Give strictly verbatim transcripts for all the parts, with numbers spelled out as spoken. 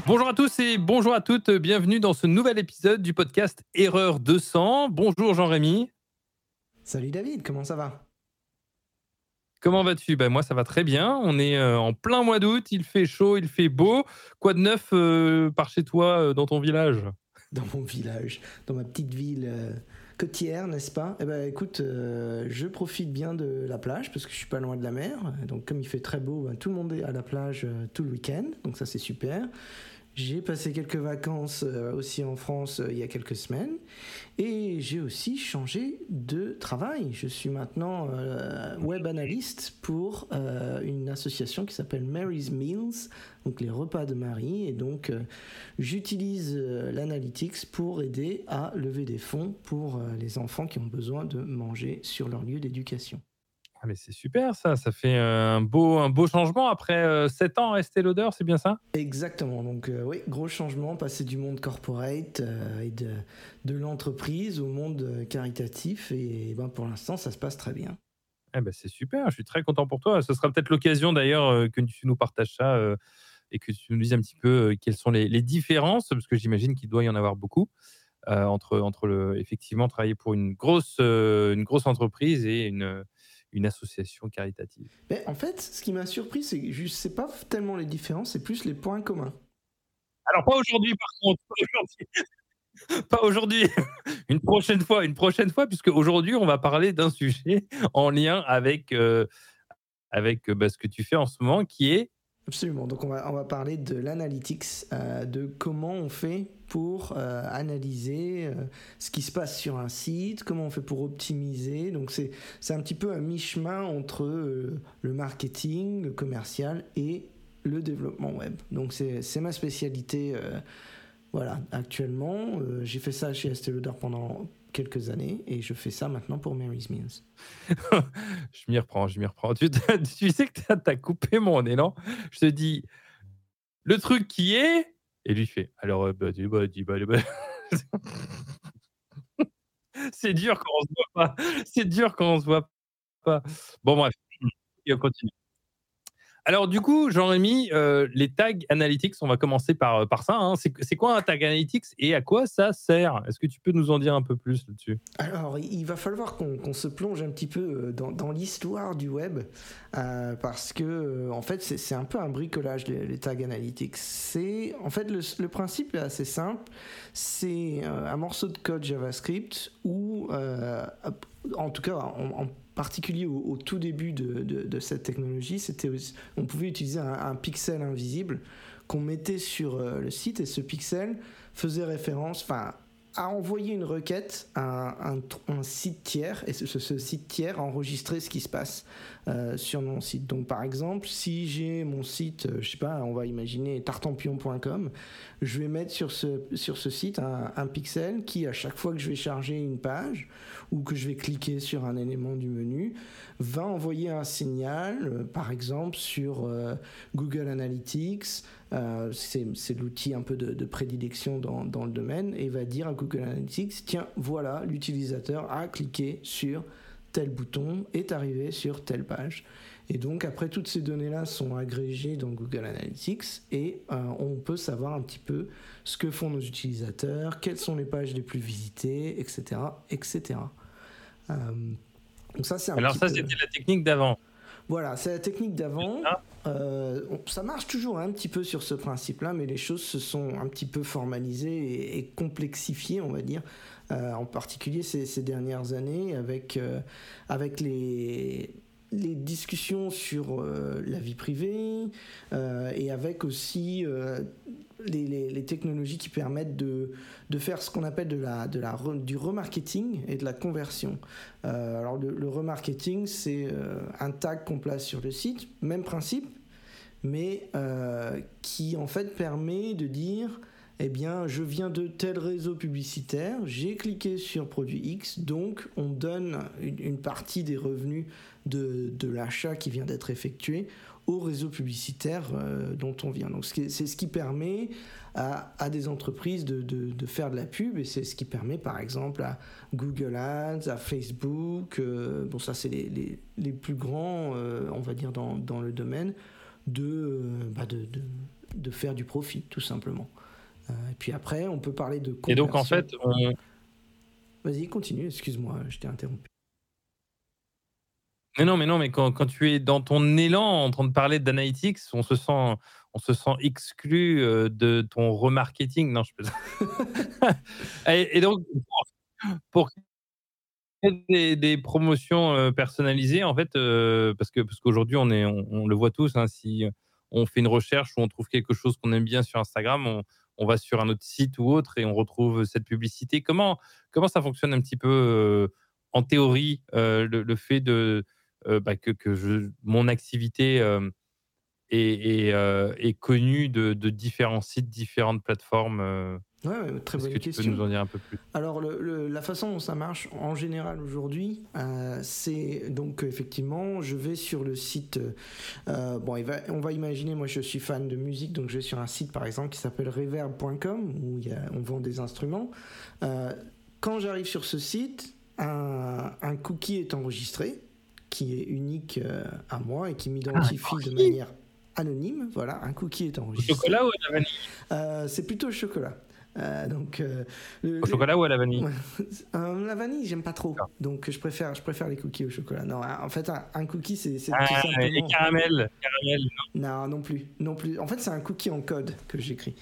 Bonjour à tous et bonjour à toutes, bienvenue dans ce nouvel épisode du podcast Erreur deux cents. Bonjour Jean-Rémy. Salut David, comment ça va? Comment vas-tu? Ben moi ça va très bien, on est euh, en plein mois d'août, il fait chaud, il fait beau. Quoi de neuf euh, par chez toi, euh, dans ton village? Dans mon village, dans ma petite ville euh, côtière, n'est-ce pas? Eh ben écoute, euh, je profite bien de la plage parce que je suis pas loin de la mer. Donc comme il fait très beau, ben, tout le monde est à la plage euh, tout le week-end, donc ça c'est super. J'ai passé quelques vacances euh, aussi en France euh, il y a quelques semaines et j'ai aussi changé de travail. Je suis maintenant euh, web analyste pour euh, une association qui s'appelle Mary's Meals, donc les repas de Marie. Et donc euh, j'utilise euh, l'analytics pour aider à lever des fonds pour euh, les enfants qui ont besoin de manger sur leur lieu d'éducation. Ah mais c'est super ça, ça fait euh, un beau, un beau changement après euh, sept ans à Estée Lauder, c'est bien ça? Exactement, donc euh, oui, gros changement, passer du monde corporate euh, et de, de l'entreprise au monde euh, caritatif et, ben, pour l'instant ça se passe très bien. Eh ben c'est super, je suis très content pour toi. Ce sera peut-être l'occasion d'ailleurs euh, que tu nous partages ça euh, et que tu nous dises un petit peu euh, quelles sont les, les différences, parce que j'imagine qu'il doit y en avoir beaucoup. Heu, entre entre le effectivement travailler pour une grosse, heu, une grosse entreprise et une, une association caritative. Mais en fait, ce qui m'a surpris, c'est que je sais pas tellement les différences, c'est plus les points communs. Alors pas aujourd'hui par contre, pas aujourd'hui, pas aujourd'hui. Une prochaine fois, une prochaine fois puisque aujourd'hui on va parler d'un sujet en lien avec, heu, avec, heu, bah, ce que tu fais en ce moment qui est Absolument, donc on va, on va parler de l'analytics, euh, de comment on fait pour euh, analyser euh, ce qui se passe sur un site, comment on fait pour optimiser. Donc c'est, c'est un petit peu un mi-chemin entre euh, le marketing, le commercial et le développement web. Donc c'est, c'est ma spécialité. Euh, voilà, actuellement, euh, j'ai fait ça chez Estée Lauder pendant quelques années et je fais ça maintenant pour Mary's Meals. je m'y reprends, je m'y reprends. Tu tu sais que tu as tu as coupé mon élan. Je te dis: «Le truc qui est» et lui il fait: «Alors, heu, bah, dis bah, dis bah, bah». C'est dur quand on se voit pas. C'est dur quand on se voit pas. Bon bref, et on continue. Alors du coup, Jean-Rémy, heu, les tags analytics, on va commencer par, heu, par ça, hein. C'est c'est quoi un tag analytics et à quoi ça sert? Est-ce que tu peux nous en dire un peu plus là-dessus? Alors, il va falloir qu'on qu'on se plonge un petit peu euh, dans, dans l'histoire du web, euh, parce que, euh, en fait, c'est c'est un peu un bricolage, les, les tags analytics. C'est, en fait, le, le principe est assez simple. C'est euh, un morceau de code JavaScript où, euh, en tout cas, en, en particulier au, au tout début de, de, de cette technologie, c'était aussi- on pouvait utiliser un, un pixel invisible qu'on mettait sur euh, le site, et ce pixel faisait référence, enfin, à envoyer une requête à un, un, un site tiers, et ce, ce, site tiers a enregistré ce qui se passe euh, sur mon site. Donc par exemple, si j'ai mon site, euh, je sais pas, on va imaginer tartampion point com, je vais mettre sur ce, sur ce site un, un pixel qui, à chaque fois que je vais charger une page ou que je vais cliquer sur un élément du menu, va envoyer un signal, euh, par exemple sur euh, Google Analytics. Euh, c'est, c'est l'outil un peu de, de prédilection dans, dans le domaine, et va dire à Google Analytics, tiens, voilà, l'utilisateur a cliqué sur tel bouton, est arrivé sur telle page. Et donc après, toutes ces données-là sont agrégées dans Google Analytics, et euh, on peut savoir un petit peu ce que font nos utilisateurs, quelles sont les pages les plus visitées, et cetera, et cetera. Euh, donc ça, c'est un Alors petit ça, peu... c'était la technique d'avant. Voilà, c'est la technique d'avant. Ah, Euh, ça marche toujours un petit peu sur ce principe-là, mais les choses se sont un petit peu formalisées et, et complexifiées, on va dire, euh, en particulier ces, ces dernières années, avec, euh, avec les, les discussions sur euh, la vie privée, euh, et avec aussi euh, les, les, les technologies qui permettent de, de faire ce qu'on appelle de la, de la, du remarketing et de la conversion. Euh, alors le, le remarketing, c'est euh, un tag qu'on place sur le site, même principe, mais euh, qui en fait permet de dire, eh bien, je viens de tel réseau publicitaire, j'ai cliqué sur produit X, donc on donne une, une partie des revenus de, de l'achat qui vient d'être effectué au réseau publicitaire euh, dont on vient. Donc c'est ce qui permet à, à des entreprises de, de, de faire de la pub, et c'est ce qui permet par exemple à Google Ads, à Facebook, euh, bon ça c'est les, les, les plus grands, euh, on va dire, dans, dans le domaine, de, euh, bah de, de de faire du profit, tout simplement. Euh, et puis après, on peut parler de conversion. Et donc, en fait, on... Vas-y, continue, excuse-moi, je t'ai interrompu. Mais non, mais non, mais quand, quand tu es dans ton élan en train de parler d'analytics, on se sent, on se sent exclu euh, de ton remarketing. Non, je peux. et, et donc, pour, pour des, des promotions euh, personnalisées, en fait, euh, parce que parce qu'aujourd'hui, on est, on, on le voit tous. Hein, si on fait une recherche ou on trouve quelque chose qu'on aime bien sur Instagram, on, on va sur un autre site ou autre et on retrouve cette publicité. Comment comment ça fonctionne un petit peu euh, en théorie euh, le, le fait de euh, bah, que que je, mon activité euh, est, est, euh, est connue de, de différents sites, différentes plateformes. euh, Ouais, ouais, très Est-ce bonne que tu question. peux nous en dire un peu plus? Alors, le, le, la façon dont ça marche en général aujourd'hui, euh, c'est donc effectivement, je vais sur le site. Euh, bon, il va, on va imaginer, moi je suis fan de musique, donc je vais sur un site par exemple qui s'appelle reverb point com où il y a, on vend des instruments. Euh, quand j'arrive sur ce site, un, un cookie est enregistré qui est unique euh, à moi et qui m'identifie de manière anonyme. Voilà, un cookie est enregistré. Au chocolat ou à la vanille? euh, C'est plutôt au chocolat. Euh, donc, euh, le, au chocolat le... ou à la vanille? euh, La vanille, j'aime pas trop. Donc, je préfère, je préfère les cookies au chocolat. Non, en fait, un, un cookie, c'est, c'est ah, tout simplement... Et caramel, caramel non. non, non plus, non plus. En fait, c'est un cookie en code que j'écris.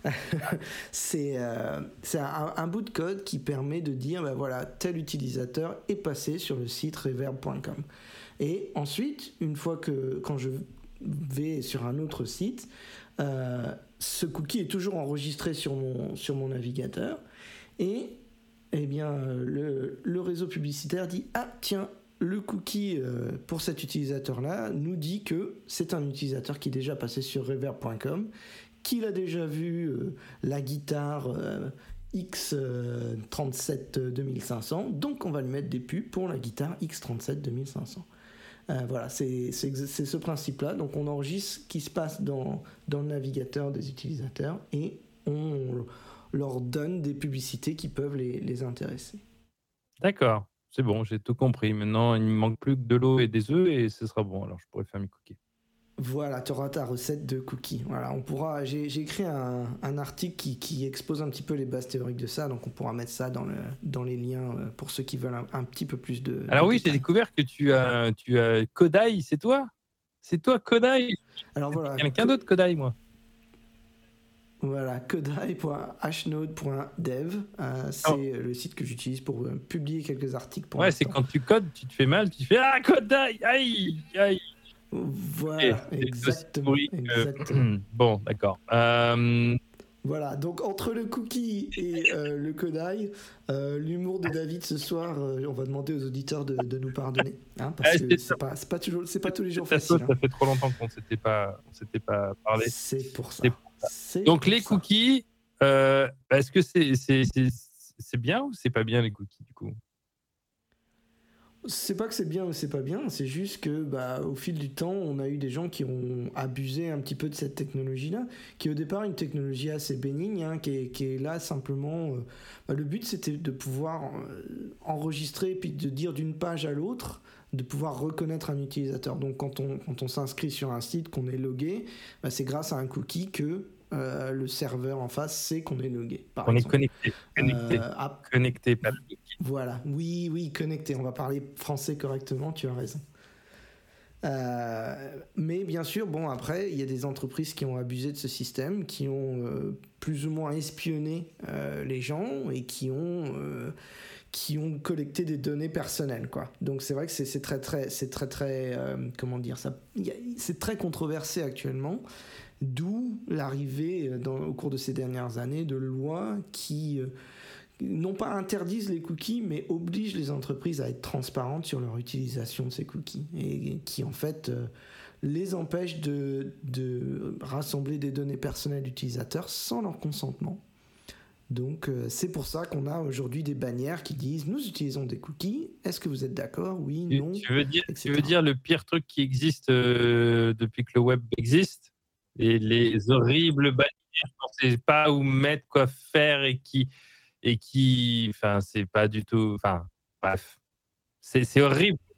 c'est euh, c'est un, un bout de code qui permet de dire, ben voilà, tel utilisateur est passé sur le site reverb point com. Et ensuite, une fois que, quand je vais sur un autre site, euh, ce cookie est toujours enregistré sur mon, sur mon navigateur et eh bien, le, le réseau publicitaire dit « Ah, tiens, le cookie euh, pour cet utilisateur-là nous dit que c'est un utilisateur qui est déjà passé sur reverb point com, qu'il a déjà vu euh, la guitare euh, X trente-sept deux mille cinq cents, donc on va lui mettre des pubs pour la guitare X trente-sept deux mille cinq cents. » Euh, voilà, c'est, c'est, c'est ce principe-là. Donc on enregistre ce qui se passe dans, dans le navigateur des utilisateurs et on leur donne des publicités qui peuvent les, les intéresser. D'accord, c'est bon, j'ai tout compris. Maintenant, il ne me manque plus que de l'eau et des œufs et ce sera bon. Alors je pourrais faire mes cookies. Voilà, tu auras ta recette de cookies. Voilà, on pourra. J'ai, j'ai écrit un, un article qui, qui expose un petit peu les bases théoriques de ça, donc on pourra mettre ça dans, le, dans les liens pour ceux qui veulent un, un petit peu plus de. Alors de oui, détails. j'ai découvert que tu as, tu as Kodai, c'est toi? C'est toi Kodai? Alors voilà. Quelqu'un Co- d'autre Kodai, moi. Voilà, kodai point hashnode point dev, euh, c'est oh. le site que j'utilise pour euh, publier quelques articles. Pour ouais, l'instant. C'est quand tu codes, tu te fais mal, tu te fais ah Kodai, aïe, aïe. Voilà, et exactement. exactement. Euh, bon, d'accord. Euh... Voilà, donc entre le cookie et euh, le kodai, euh, l'humour de David ce soir, euh, on va demander aux auditeurs de, de nous pardonner, hein, parce ah, que c'est pas, c'est pas toujours, c'est pas tous les jours facile. Ça, hein. Ça fait trop longtemps qu'on s'était pas, on s'était pas parlé. C'est pour ça. C'est pour ça. C'est donc pour les ça. cookies, euh, est-ce que c'est, c'est, c'est, c'est bien ou c'est pas bien les cookies du coup? C'est pas que c'est bien ou c'est pas bien, c'est juste que bah, au fil du temps, on a eu des gens qui ont abusé un petit peu de cette technologie-là, qui est au départ une technologie assez bénigne, hein, qui, est, qui est là simplement... Euh, bah, le but, c'était de pouvoir euh, enregistrer, puis de dire d'une page à l'autre, de pouvoir reconnaître un utilisateur. Donc quand on, quand on s'inscrit sur un site, qu'on est logué, bah, c'est grâce à un cookie que... Euh, le serveur en face sait qu'on est logué. Par on exemple. est connecté. Connecté. Euh, à... connecté pas logué. Voilà, oui, oui, connecté. On va parler français correctement, tu as raison. Euh, mais bien sûr, bon, après, il y a des entreprises qui ont abusé de ce système, qui ont euh, plus ou moins espionné euh, les gens et qui ont, euh, qui ont collecté des données personnelles, quoi. Donc c'est vrai que c'est, c'est très, très, c'est très, très, euh, comment dire ça, a, c'est très controversé actuellement. D'où l'arrivée, dans, au cours de ces dernières années, de lois qui, euh, non pas interdisent les cookies, mais obligent les entreprises à être transparentes sur leur utilisation de ces cookies. Et, et qui, en fait, euh, les empêchent de, de rassembler des données personnelles d'utilisateurs sans leur consentement. Donc, euh, c'est pour ça qu'on a aujourd'hui des bannières qui disent « Nous utilisons des cookies, est-ce que vous êtes d'accord? Oui, non ?» Tu veux dire, tu veux dire le pire truc qui existe euh, depuis que le web existe? Et les horribles bannières qu'on ne sait pas où mettre, quoi faire et qui, et qui, enfin, c'est pas du tout, enfin, bref, c'est, c'est horrible.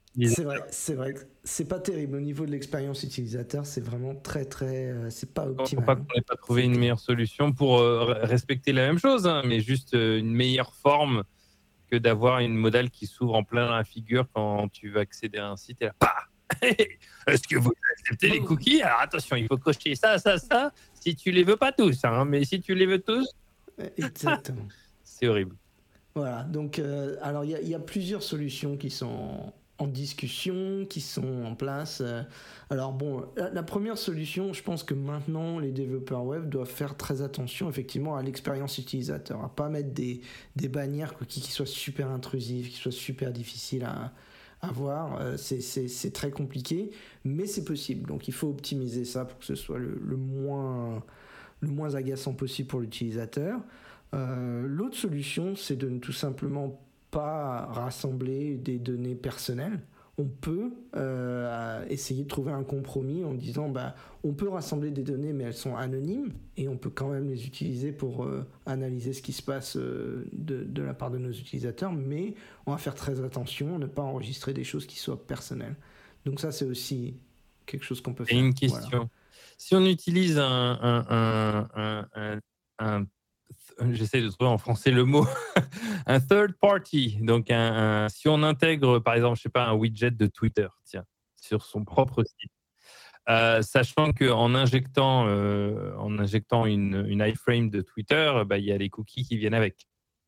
C'est vrai, c'est vrai. que C'est pas terrible au niveau de l'expérience utilisateur. C'est vraiment très, très. euh, c'est pas Je ne pense optimal. pas hein. qu'on n'ait pas trouvé C'est une clair. meilleure solution pour euh, re- respecter la même chose, hein, mais juste euh, une meilleure forme que d'avoir une modale qui s'ouvre en plein dans la figure quand tu veux accéder à un site et là, pah est-ce que vous acceptez les Bon, cookies? Alors attention, il faut cocher ça, ça, ça, si tu les veux pas tous, hein, mais si tu les veux tous, exactement. c'est horrible. Voilà, donc euh, alors il y, a- il y a plusieurs solutions qui sont en, en discussion, qui sont en place. euh. Alors bon, la, la première solution, je pense que maintenant les développeurs web doivent faire très attention effectivement à l'expérience utilisateur, à pas mettre des, des bannières qui, qui soient super intrusives, qui soient super difficiles à, à voir. Euh, c'est, c'est, c'est très compliqué, mais c'est possible. Donc il faut optimiser ça pour que ce soit le, le moins, le moins agaçant possible pour l'utilisateur. Euh, l'autre solution, c'est de ne tout simplement pas rassembler des données personnelles. On peut euh, essayer de trouver un compromis en disant bah, on peut rassembler des données mais elles sont anonymes et on peut quand même les utiliser pour euh, analyser ce qui se passe euh, de, de la part de nos utilisateurs, mais on va faire très attention à ne pas enregistrer des choses qui soient personnelles. Donc ça c'est aussi quelque chose qu'on peut Et faire. une Voilà. question, si on utilise un, un, un, un, un- un- j'essaie de trouver en français le mot, un third party, donc un, un- si on intègre par exemple, je sais pas, un widget de Twitter, tiens, sur son propre site, euh, sachant qu'en injectant, euh, en injectant une, une iframe de Twitter, bah, il y a les cookies qui viennent avec.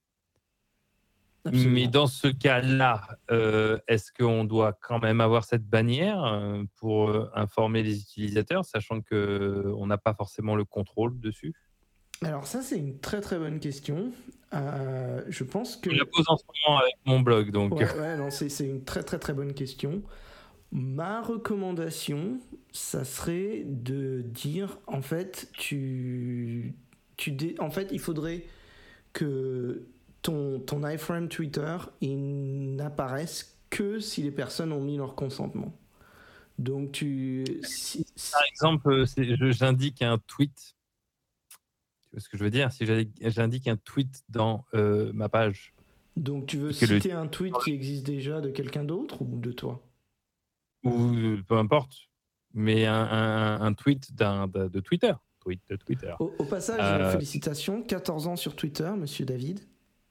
Mais Absolument. dans ce cas-là, euh, est-ce qu'on doit quand même avoir cette bannière euh, pour euh, informer les utilisateurs, sachant qu'on n'a pas forcément le contrôle dessus? Alors ça c'est une très très bonne question. Euh, je pense que Je la pose en ce moment avec mon blog, donc ouais ouais non c'est c'est une très très très bonne question. Ma recommandation, ça serait de dire en fait tu tu dé- en fait il faudrait que ton ton iframe Twitter il n'apparaisse que si les personnes ont mis leur consentement. Donc tu si- si- par exemple, euh, c'est- je- j'indique un tweet. Tu vois ce que je veux dire? Si j'indique j'indique un tweet dans euh, ma page donc tu veux et que le citer un tweet qui existe déjà de quelqu'un d'autre ou de toi? ou euh, peu importe, mais un, un- un tweet d'un, de, de Twitter, tweet de Twitter. Au, au passage, Euh, félicitations, quatorze ans sur Twitter, monsieur David.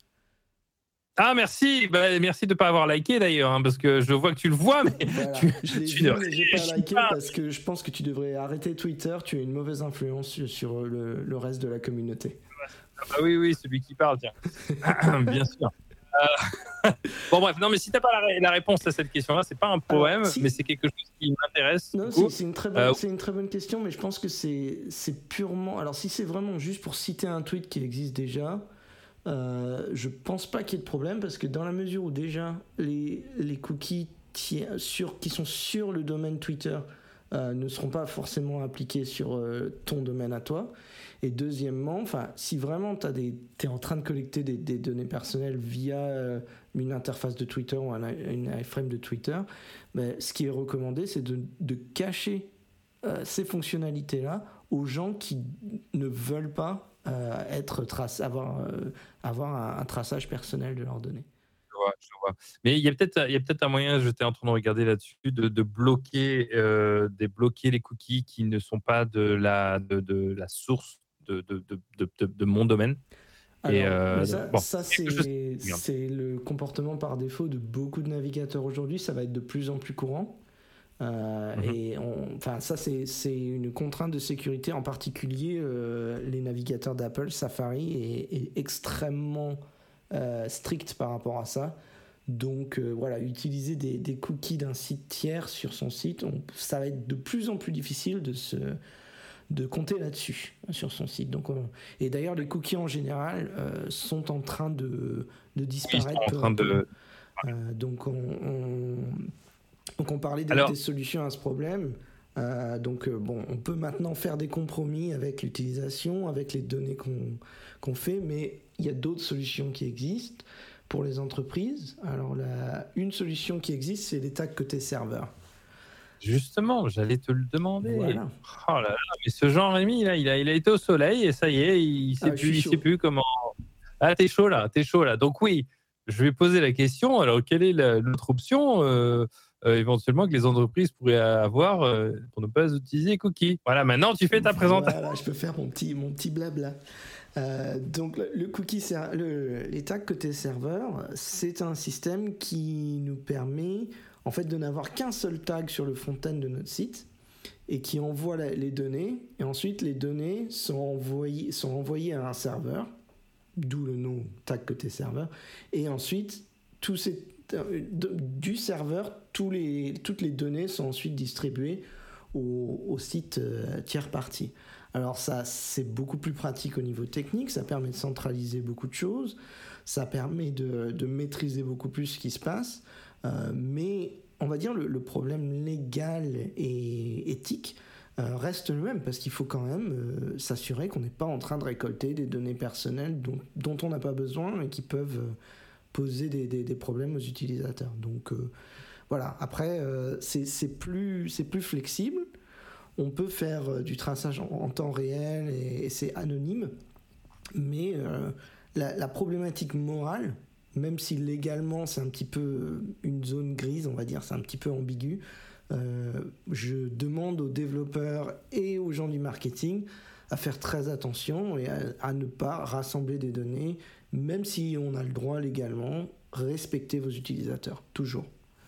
Ah merci, bah, merci de ne pas avoir liké d'ailleurs, hein, parce que je vois que tu le vois, mais Voilà, tu, je l'ai tu vu, ne mais j'ai pas réagis liké pas. parce que je pense que tu devrais arrêter Twitter. Tu as une mauvaise influence sur, sur le, le reste de la communauté. Ah bah oui, oui, celui qui parle, tiens. Bien sûr. Euh, Bon bref, non mais si t'as pas la, ré- la réponse à cette question-là, c'est pas un problème, Alors, si- mais c'est quelque chose qui m'intéresse. Non, du c'est coup. c'est une, très bonne- Euh, c'est une très bonne question, mais je pense que c'est c'est purement. Alors, si c'est vraiment juste pour citer un tweet qui existe déjà, euh, je pense pas qu'il y ait de problème parce que dans la mesure où déjà les, les cookies tiers- sur, qui sont sur le domaine Twitter euh, ne seront pas forcément appliqués sur euh, ton domaine à toi. Et deuxièmement, si vraiment tu es en train de collecter des, des données personnelles via euh, une interface de Twitter ou un, une iframe de Twitter, ben, ce qui est recommandé, c'est de, de cacher euh, ces fonctionnalités-là aux gens qui ne veulent pas euh, être trace, avoir, euh, avoir un, un traçage personnel de leurs données. Je vois, je vois. Mais il y a peut-être il y a peut-être un moyen, j'étais en train de regarder là-dessus, de, de bloquer, euh, de bloquer les cookies qui ne sont pas de la, de, de la source de, de, de, de, de, de mon domaine. Et Alors, euh, mais ça, bon, ça quelque chose- c'est c'est le comportement par défaut de beaucoup de navigateurs aujourd'hui. Ça va être de plus en plus courant. Euh, Mhm. Et on- enfin, ça, c'est c'est une contrainte de sécurité. En particulier, euh, les navigateurs d'Apple, Safari est, est extrêmement euh, strict par rapport à ça. Donc euh, voilà, utiliser des, des cookies d'un site tiers sur son site, on- ça va être de plus en plus difficile de se de compter là-dessus sur son site. Donc, on- et d'ailleurs, les cookies en général euh, sont en train de, de Ils disparaître sont en peu à train peu. de. Euh, donc, on, on, donc, on parlait des, Alors- des solutions à ce problème. Euh, donc, euh, bon, on peut maintenant faire des compromis avec l'utilisation, avec les données qu'on qu'on fait, mais il y a d'autres solutions qui existent pour les entreprises. Alors, la, une solution qui existe, c'est les tags côté serveur. Justement, j'allais te le demander. Voilà. Oh là là, mais ce Jean-Rémy, là, il a, il a été au soleil et ça y est, il sait Ah, je plus, suis il chaud. sait plus comment. Ah, t'es chaud là, t'es chaud là. Donc oui, je vais poser la question. Alors, quelle est la- l'autre option? Euh, euh, éventuellement que les entreprises pourraient avoir euh, pour ne pas utiliser les cookies. Voilà, maintenant tu fais ta présentation. Voilà, je peux faire mon petit, mon petit blabla. Euh, donc le, le cookie, ser- le, les tags côté serveur, c'est un système qui nous permet en fait de n'avoir qu'un seul tag sur le front-end de notre site et qui envoie la- les données, et ensuite les données sont envoyées, sont envoyées à un serveur, d'où le nom tag côté serveur, et ensuite tous ces, de- du serveur, tous les, toutes les données sont ensuite distribuées au, au site euh, tiers partie. Alors ça, c'est beaucoup plus pratique au niveau technique, ça permet de centraliser beaucoup de choses, ça permet de, de maîtriser beaucoup plus ce qui se passe, euh, mais on va dire le, le problème légal et éthique euh, reste le même, parce qu'il faut quand même euh, s'assurer qu'on n'est pas en train de récolter des données personnelles dont, dont on n'a pas besoin et qui peuvent euh, poser des, des, des problèmes aux utilisateurs. Donc euh, voilà, après euh, c'est, c'est, plus, c'est plus flexible. On peut faire euh, du traçage en, en temps réel et, et c'est anonyme, mais euh, la, la problématique morale, même si légalement c'est un petit peu une zone grise, on va dire, c'est un petit peu ambigu, euh, je demande aux développeurs et aux gens du marketing à faire très attention et à, à ne pas rassembler des données, même si on a le droit légalement, respectez vos utilisateurs, toujours.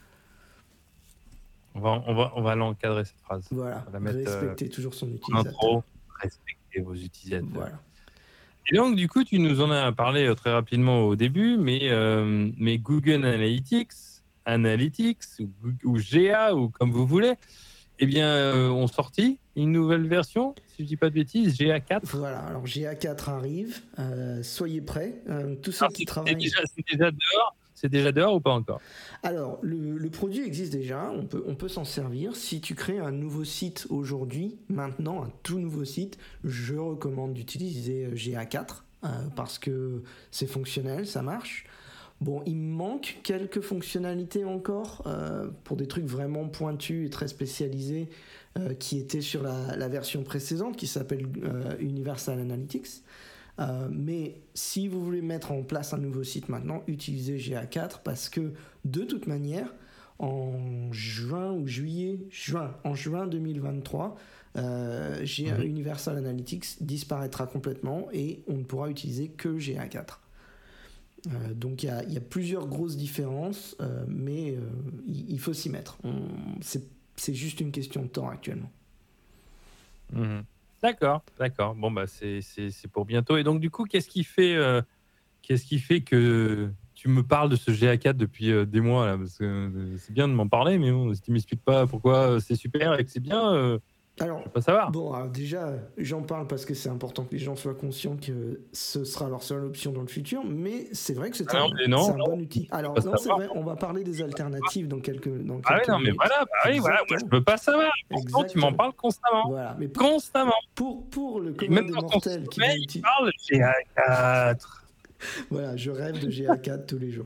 On va, on va, on va l'encadrer cette phrase. Voilà, On va la mettre respectez euh, toujours son en utilisateur. intro. Respectez vos utilisateurs. Voilà. Et donc, du coup, tu nous en as parlé euh, très rapidement au début, mais, euh, mais Google Analytics, Analytics ou, ou G A, ou comme vous voulez, eh bien, euh, ont sorti une nouvelle version, si je ne dis pas de bêtises, G A quatre. Voilà, alors G A quatre arrive, euh, soyez prêts, euh, tous ceux Alors, qui c'est, travaillent... c'est, déjà, c'est déjà dehors C'est déjà dehors ou pas encore? Alors, le, le produit existe déjà, on peut, on peut s'en servir. Si tu crées un nouveau site aujourd'hui, maintenant, un tout nouveau site, je recommande d'utiliser G A quatre euh, parce que c'est fonctionnel, ça marche. Bon, il me manque quelques fonctionnalités encore euh, pour des trucs vraiment pointus et très spécialisés euh, qui étaient sur la, la version précédente qui s'appelle euh, Universal Analytics. Euh, mais si vous voulez mettre en place un nouveau site maintenant, utilisez G A quatre parce que de toute manière, en juin ou juillet, juin, en juin deux mille vingt-trois, euh, G A, Universal Analytics disparaîtra complètement et on ne pourra utiliser que G A quatre. Euh, donc il y, y a plusieurs grosses différences, euh, mais euh, il, il faut s'y mettre. On, c'est, c'est juste une question de temps actuellement. Mmh. D'accord, d'accord. Bon, bah, c'est, c'est, c'est pour bientôt. Et donc, du coup, qu'est-ce qui fait, euh, qu'est-ce qui fait que tu me parles de ce G A quatre depuis euh, des mois là? Parce que euh, c'est bien de m'en parler, mais bon, si tu m'expliques pas pourquoi c'est super et que c'est bien, euh, Alors, je veux pas savoir. bon, alors déjà, j'en parle parce que c'est important que les gens soient conscients que ce sera leur seule option dans le futur, mais c'est vrai que c'est Ah un, non, mais non, c'est un non, bon outil. Alors, pas non, c'est savoir. vrai, on va parler des alternatives dans quelques, dans Ah oui, quelques non, mais minutes. voilà, bah oui, voilà, moi je veux pas savoir. Pourtant, tu m'en Exactement. parles constamment. Voilà, mais pour, Constamment. pour, pour le Et commun même des dans ton mortels qui va sommeil, il utiliser... parle de G A quatre. Voilà, je rêve de G A quatre tous les jours.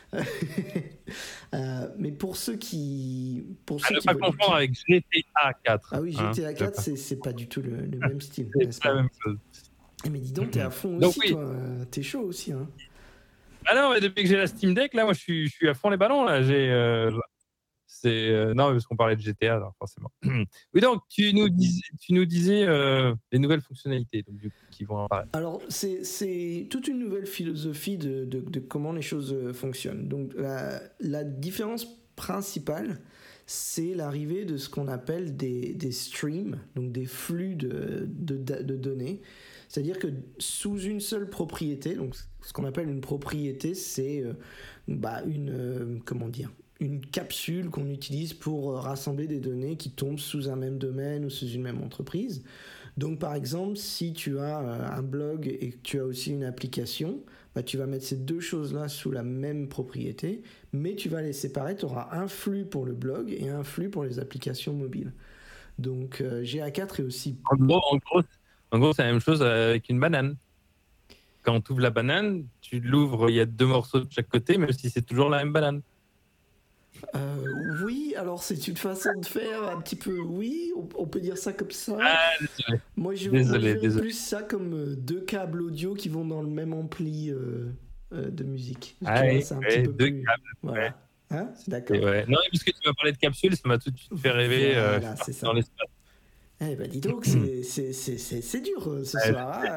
euh, mais pour ceux qui... Pour À ceux ne qui pas veulent- confondre qui- avec G T A quatre. Ah oui, hein, G T A je sais quatre, pas. c'est, c'est pas du tout le, le même style, n'est-ce C'est pas pas? la même chose. Mais dis donc, t'es à fond Donc aussi, oui. toi. T'es chaud aussi, hein. Ah non, mais depuis que j'ai la Steam Deck, là, moi, je suis, je suis à fond les ballons. Là. J'ai, euh, c'est, euh, non, parce qu'on parlait de G T A, alors, forcément. Oui, donc, tu nous disais, tu nous disais euh, les nouvelles fonctionnalités donc, du coup, qui vont apparaître. Alors, c'est, c'est toute une nouvelle philosophie de, de, de comment les choses fonctionnent. Donc, la, la différence principale, c'est l'arrivée de ce qu'on appelle des, des streams, donc des flux de, de, de données. C'est-à-dire que sous une seule propriété, donc ce qu'on appelle une propriété, c'est euh, bah, une, euh, comment dire, une capsule qu'on utilise pour rassembler des données qui tombent sous un même domaine ou sous une même entreprise. Donc par exemple, si tu as un blog et que tu as aussi une application, bah, tu vas mettre ces deux choses-là sous la même propriété, mais tu vas les séparer, tu auras un flux pour le blog et un flux pour les applications mobiles. Donc euh, G A quatre est aussi... En gros, en gros, en gros, c'est la même chose avec une banane. Quand tu ouvres la banane, tu l'ouvres, il y a deux morceaux de chaque côté, même si c'est toujours la même banane. Euh, oui, alors c'est une façon de faire un petit peu, oui, on, on peut dire ça comme ça. Ah, désolé. Moi, je, Désolé, moi, je verrais désolé. plus ça comme euh, deux câbles audio qui vont dans le même ampli euh, euh, de musique. Tu Ah vois, oui, c'est un oui, petit peu deux plus... câbles, Voilà. ouais. Hein, d'accord. Ouais. Non, parce que tu m'as parlé de capsules, ça m'a tout de suite fait rêver voilà, euh, c'est ça. dans l'espace. Eh ben dis donc, c'est, c'est, c'est, c'est, c'est dur euh, ce Ouais, soir. Hein.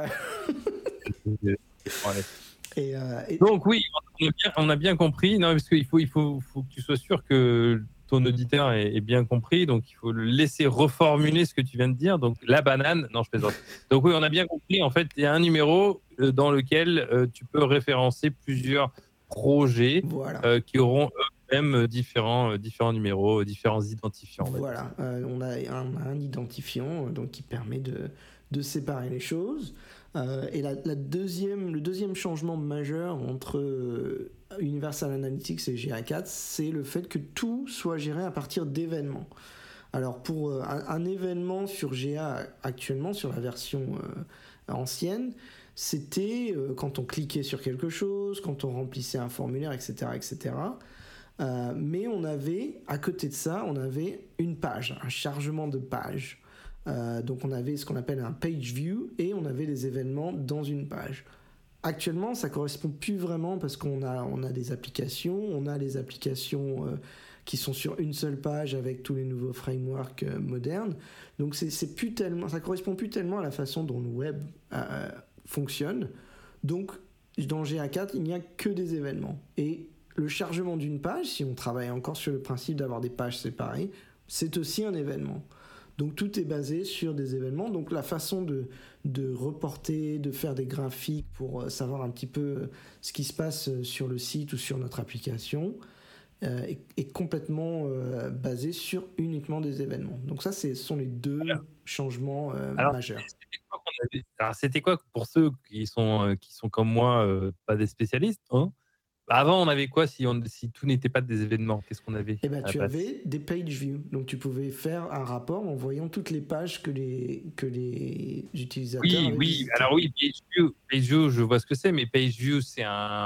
Ouais. et, euh, et... Donc oui, on a bien, on a bien compris. Non, parce qu'il faut, il faut, faut que tu sois sûr que ton auditeur ait, ait bien compris. Donc il faut le laisser reformuler ce que tu viens de dire. Donc la banane, non, je plaisante. Donc oui, on a bien compris. En fait, il y a un numéro euh, dans lequel euh, tu peux référencer plusieurs projets voilà. euh, qui auront eux-mêmes différents, euh, différents numéros, différents identifiants. Voilà, euh, on a un, un identifiant euh, donc, qui permet de, de séparer les choses. Euh, et la, la deuxième, le deuxième changement majeur entre euh, Universal Analytics et G A quatre, c'est le fait que tout soit géré à partir d'événements. Alors pour euh, un, un événement sur G A actuellement, sur la version euh, ancienne, c'était euh, quand on cliquait sur quelque chose, quand on remplissait un formulaire, et cetera, et cetera. Euh, mais on avait, à côté de ça, on avait une page, un chargement de page. Euh, donc on avait ce qu'on appelle un page view et on avait les événements dans une page. Actuellement, ça correspond plus vraiment parce qu'on a, on a des applications, on a les applications euh, qui sont sur une seule page avec tous les nouveaux frameworks euh, modernes. Donc c'est, c'est plus tellement, ça correspond plus tellement à la façon dont le web euh, fonctionne. Donc dans G A quatre, il n'y a que des événements. Et le chargement d'une page, si on travaille encore sur le principe d'avoir des pages séparées, c'est aussi un événement. Donc tout est basé sur des événements. Donc la façon de, de reporter, de faire des graphiques pour savoir un petit peu ce qui se passe sur le site ou sur notre application euh, est, est complètement euh, basée sur uniquement des événements. Donc ça, ce sont les deux Alors, changements euh, alors, majeurs. C'était quoi, qu'on avait... Alors, c'était quoi pour ceux qui sont, euh, qui sont comme moi, euh, pas des spécialistes hein Avant, on avait quoi si, on, si tout n'était pas des événements? Qu'est-ce qu'on avait? Eh ben, tu avais des page views. Donc, tu pouvais faire un rapport en voyant toutes les pages que les, que les utilisateurs Oui, avaient oui. visitées. Alors oui, page view, page view, je vois ce que c'est, mais page view, c'est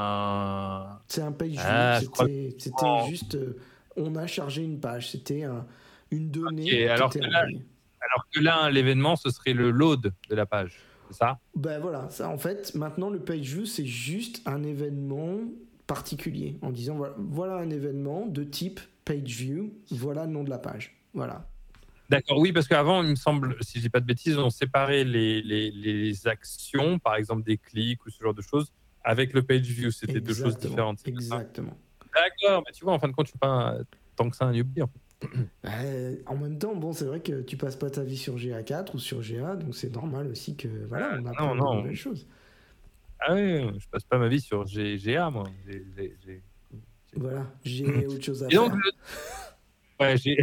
un... C'est un page ah, view. C'était, crois... c'était oh. juste... Euh, on a chargé une page. C'était un, une donnée okay, alors qui était que là, envoyée. Alors que là, l'événement, ce serait le load de la page. C'est ça? Ben voilà. Ça, en fait, maintenant, le page view, c'est juste un événement particulier en disant voilà, voilà un événement de type page view, voilà le nom de la page. Voilà. D'accord, oui, parce qu'avant, il me semble, si je dis pas de bêtises, on séparait les, les, les actions, par exemple des clics ou ce genre de choses, avec le page view. C'était exactement, deux choses différentes. Exactement. D'accord, mais tu vois, en fin de compte, je suis pas tant que ça un newbie. En fait. Euh, en même temps, bon, c'est vrai que tu passes pas ta vie sur G A quatre ou sur G A, donc c'est normal aussi que voilà, on apprend de nouvelles choses. Ah oui, je passe pas ma vie sur G A, moi. J'ai, j'ai, j'ai... Voilà, j'ai autre chose à Et faire. Donc, le... ouais, j'ai...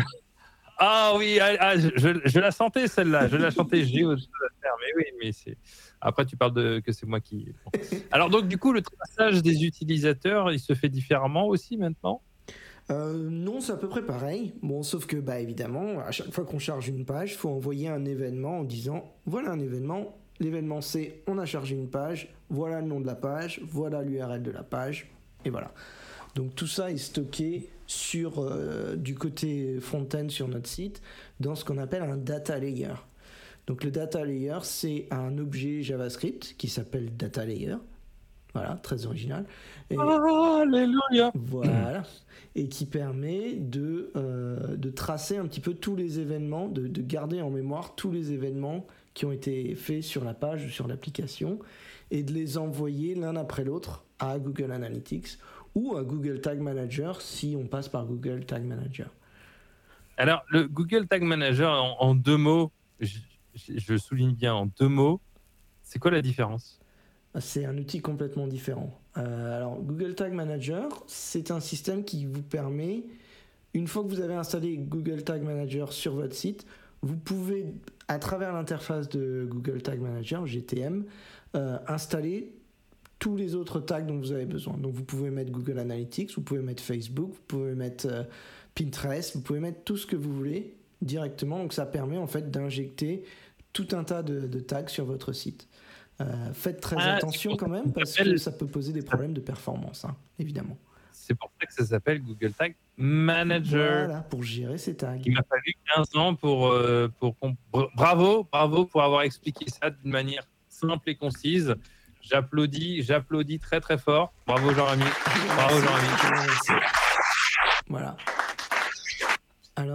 Ah oui, ah, je, je, je la sentais celle-là, je la sentais, j'ai autre chose à faire, mais oui, mais c'est... Après, tu parles de que c'est moi qui... Bon. Alors donc, du coup, le traçage des utilisateurs, il se fait différemment aussi maintenant? Euh, non, c'est à peu près pareil. Bon, sauf que, bah, évidemment, à chaque fois qu'on charge une page, il faut envoyer un événement en disant voilà un événement. L'événement, c'est on a chargé une page, voilà le nom de la page, voilà l'U R L de la page, et voilà. Donc tout ça est stocké sur, euh, du côté front-end sur notre site dans ce qu'on appelle un data layer. Donc le data layer, c'est un objet JavaScript qui s'appelle data layer. Voilà, très original. Et, oh, alléluia. Voilà. Et qui permet de, euh, de tracer un petit peu tous les événements, de, de garder en mémoire tous les événements qui ont été faits sur la page ou sur l'application et de les envoyer l'un après l'autre à Google Analytics ou à Google Tag Manager si on passe par Google Tag Manager. Alors, le Google Tag Manager, en, en deux mots, je, je souligne bien en deux mots, c'est quoi la différence? C'est un outil complètement différent. Euh, alors, Google Tag Manager, c'est un système qui vous permet, une fois que vous avez installé Google Tag Manager sur votre site, vous pouvez, à travers l'interface de Google Tag Manager, G T M, euh, installer tous les autres tags dont vous avez besoin. Donc, vous pouvez mettre Google Analytics, vous pouvez mettre Facebook, vous pouvez mettre euh, Pinterest, vous pouvez mettre tout ce que vous voulez directement. Donc, ça permet en fait d'injecter tout un tas de, de tags sur votre site. Euh, faites très ah, attention quand même parce que ça peut poser des problèmes de performance, hein, évidemment. C'est pour ça que ça s'appelle Google Tag Manager. Voilà, pour gérer ces tags. Il m'a fallu quinze ans pour, euh, pour... Bravo, bravo pour avoir expliqué ça d'une manière simple et concise. J'applaudis, j'applaudis très très fort. Bravo Jean-Rémy. Bravo Jean-Rémy.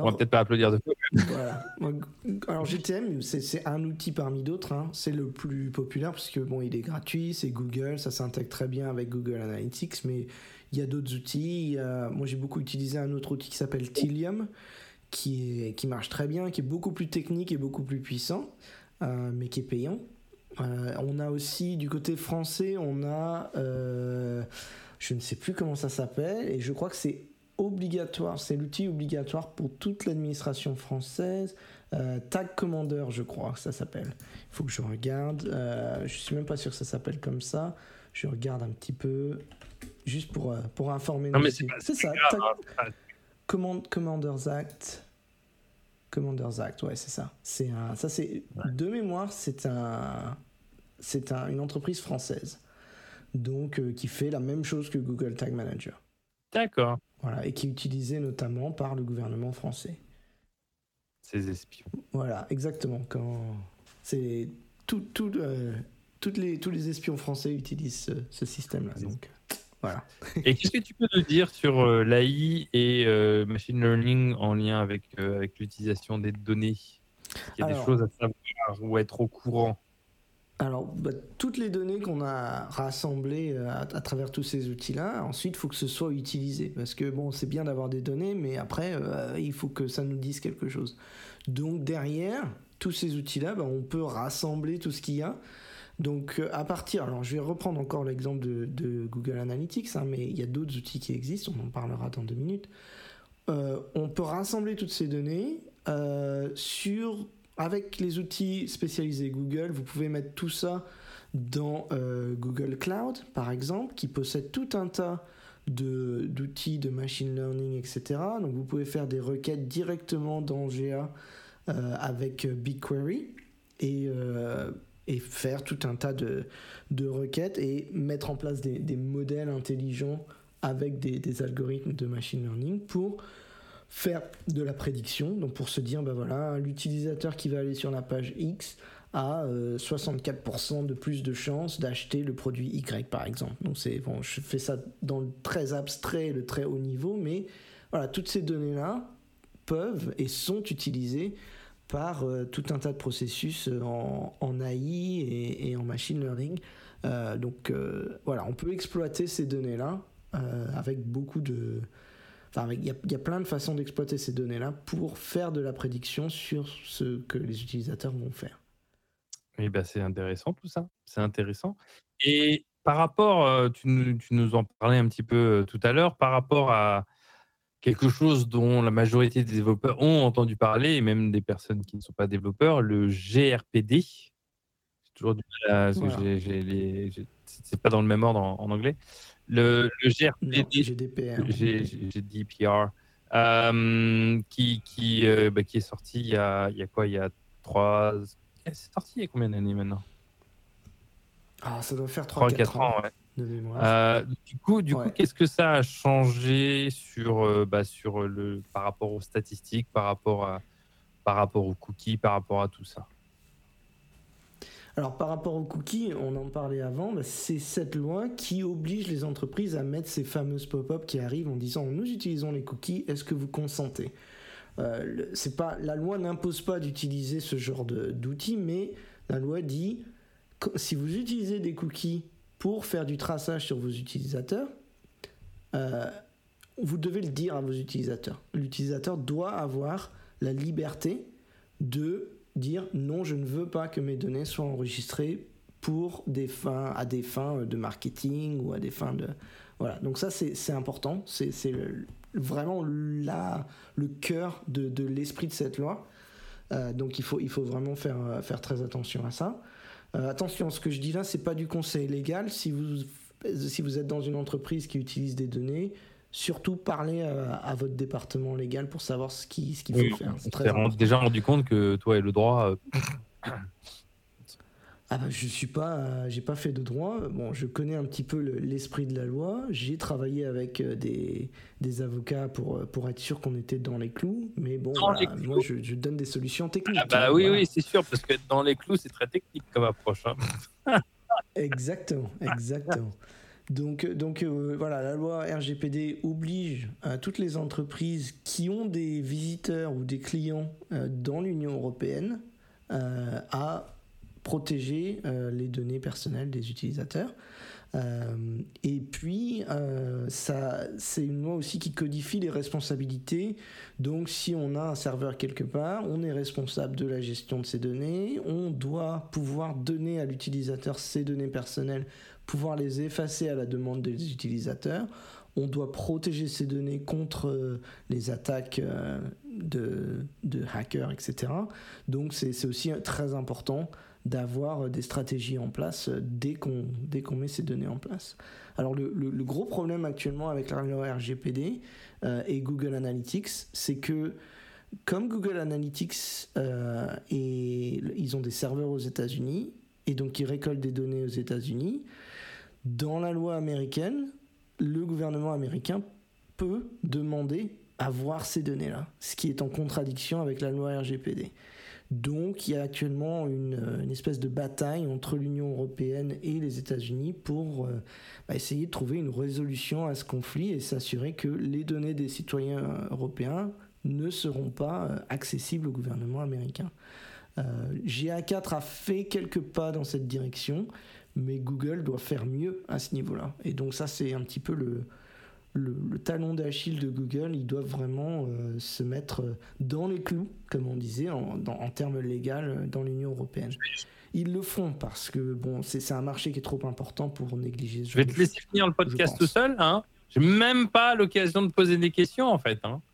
On va peut-être pas applaudir de fois. Voilà. Alors G T M, c'est, c'est un outil parmi d'autres. Hein. C'est le plus populaire parce que bon, il est gratuit, c'est Google, ça s'intègre très bien avec Google Analytics, mais il y a d'autres outils. Il y a... Moi, j'ai beaucoup utilisé un autre outil qui s'appelle Tilium, qui, est... qui marche très bien, qui est beaucoup plus technique et beaucoup plus puissant, euh, mais qui est payant. Euh, on a aussi, du côté français, on a... Euh... Je ne sais plus comment ça s'appelle, et je crois que c'est obligatoire, c'est l'outil obligatoire pour toute l'administration française. Euh, Tag Commander, je crois que ça s'appelle. Il faut que je regarde. Euh, je suis même pas sûr que ça s'appelle comme ça. Je regarde un petit peu, juste pour, euh, pour informer. Non, mais c'est, pas, c'est, c'est ça. grave, Tag... hein. Command, Commanders Act. Commanders Act, ouais, c'est ça. C'est un, ça c'est ouais. De mémoire, c'est un, c'est un, une entreprise française, donc euh, qui fait la même chose que Google Tag Manager. D'accord. Voilà, et qui est utilisé notamment par le gouvernement français. Ces espions. Voilà, exactement. Quand c'est tout, tout, euh, toutes les, tous les espions français utilisent ce, ce système-là. Donc, voilà. Et qu'est-ce que tu peux nous dire sur euh, l'A I et euh, machine learning en lien avec, euh, avec l'utilisation des données? Est-ce qu'il y a Alors, des choses à savoir ou être au courant? Alors, bah, toutes les données qu'on a rassemblées à, à travers tous ces outils-là, ensuite, il faut que ce soit utilisé. Parce que, bon, c'est bien d'avoir des données, mais après, euh, il faut que ça nous dise quelque chose. Donc, derrière tous ces outils-là, bah, on peut rassembler tout ce qu'il y a. Donc, euh, à partir... Alors, je vais reprendre encore l'exemple de, de Google Analytics, hein, mais il y a d'autres outils qui existent, on en parlera dans deux minutes. Euh, on peut rassembler toutes ces données euh, sur... Avec les outils spécialisés Google, vous pouvez mettre tout ça dans euh, Google Cloud, par exemple, qui possède tout un tas de, d'outils de machine learning, et cetera. Donc vous pouvez faire des requêtes directement dans G A euh, avec BigQuery et, euh, et faire tout un tas de, de requêtes et mettre en place des, des modèles intelligents avec des, des algorithmes de machine learning pour faire de la prédiction, donc pour se dire, ben voilà, l'utilisateur qui va aller sur la page X a euh, soixante-quatre pour cent de plus de chances d'acheter le produit Y, par exemple. Donc c'est, bon, je fais ça dans le très abstrait, le très haut niveau, mais voilà, toutes ces données-là peuvent et sont utilisées par euh, tout un tas de processus en, en A I et, et en machine learning. Euh, donc euh, voilà, on peut exploiter ces données-là euh, avec beaucoup de... Enfin, il y, y a plein de façons d'exploiter ces données-là pour faire de la prédiction sur ce que les utilisateurs vont faire. Oui, bah, c'est intéressant tout ça, c'est intéressant. Et par rapport, euh, tu, nous, tu nous en parlais un petit peu euh, tout à l'heure, par rapport à quelque chose dont la majorité des développeurs ont entendu parler, et même des personnes qui ne sont pas développeurs, le G R P D. J'ai toujours du mal à... Voilà. J'ai, j'ai les, j'ai, c'est pas dans le même ordre en, en anglais. Le, le G R P D, non, G D P R, G, G D P R, euh, qui, qui, euh, bah, qui est sorti il y a, il y a quoi, il y a trois... C'est sorti il y a combien d'années maintenant? Ah, ça doit faire trois quatre ans, ans, ouais. De mémoire. Euh, du coup, du ouais. coup, qu'est-ce que ça a changé sur, euh, bah, sur le, par rapport aux statistiques, par rapport, à, par rapport aux cookies, par rapport à tout ça? Alors, par rapport aux cookies, on en parlait avant, bah, c'est cette loi qui oblige les entreprises à mettre ces fameuses pop-up qui arrivent en disant « Nous utilisons les cookies, est-ce que vous consentez ?» euh, le, c'est pas, La loi n'impose pas d'utiliser ce genre de, d'outils, mais la loi dit « Si vous utilisez des cookies pour faire du traçage sur vos utilisateurs, euh, vous devez le dire à vos utilisateurs. L'utilisateur doit avoir la liberté de... dire non, je ne veux pas que mes données soient enregistrées pour des fins, à des fins de marketing ou à des fins de... Voilà, donc ça c'est, c'est important, c'est, c'est le, vraiment la, le cœur de, de l'esprit de cette loi. Euh, donc il faut, il faut vraiment faire, faire très attention à ça. Euh, attention, ce que je dis là, c'est pas du conseil légal. Si vous, si vous êtes dans une entreprise qui utilise des données, surtout parler à, à votre département légal pour savoir ce qu'il, ce qu'il oui, faut faire. C'est très important. Déjà rendu compte que toi et le droit... Euh... ah bah, je suis pas, euh, j'ai pas fait de droit. Bon, je connais un petit peu le, l'esprit de la loi. J'ai travaillé avec euh, des, des avocats pour, pour être sûr qu'on était dans les clous. Mais bon, bah, moi, je, je donne des solutions techniques. Ah bah hein, oui, voilà. oui, c'est sûr, parce que dans les clous, c'est très technique comme approche. Hein. Exactement, exactement. Donc, donc euh, voilà, la loi R G P D oblige euh, toutes les entreprises qui ont des visiteurs ou des clients euh, dans l'Union européenne euh, à protéger euh, les données personnelles des utilisateurs. Euh, et puis, euh, ça, c'est une loi aussi qui codifie les responsabilités. Donc, si on a un serveur quelque part, on est responsable de la gestion de ces données. On doit pouvoir donner à l'utilisateur ces données personnelles, pouvoir les effacer à la demande des utilisateurs. On doit protéger ces données contre les attaques de, de hackers, et cetera. Donc, c'est, c'est aussi très important d'avoir des stratégies en place dès qu'on, dès qu'on met ces données en place. Alors le, le, le gros problème actuellement avec la loi R G P D euh, et Google Analytics, c'est que comme Google Analytics, euh, et, ils ont des serveurs aux États-Unis, et donc ils récoltent des données aux États-Unis, dans la loi américaine, le gouvernement américain peut demander à voir ces données-là, ce qui est en contradiction avec la loi R G P D. Donc, il y a actuellement une, une espèce de bataille entre l'Union européenne et les États-Unis pour euh, bah, essayer de trouver une résolution à ce conflit et s'assurer que les données des citoyens européens ne seront pas euh, accessibles au gouvernement américain. Euh, G A quatre a fait quelques pas dans cette direction, mais Google doit faire mieux à ce niveau-là. Et donc ça, c'est un petit peu le... Le, le talon d'Achille de Google. Ils doivent vraiment euh, se mettre dans les clous, comme on disait, en, dans, en termes légaux dans l'Union européenne. Ils le font parce que bon, c'est, c'est un marché qui est trop important pour négliger ce Je vais te laisser finir le podcast tout seul. Hein. J'ai même pas l'occasion de poser des questions, en fait. Hein.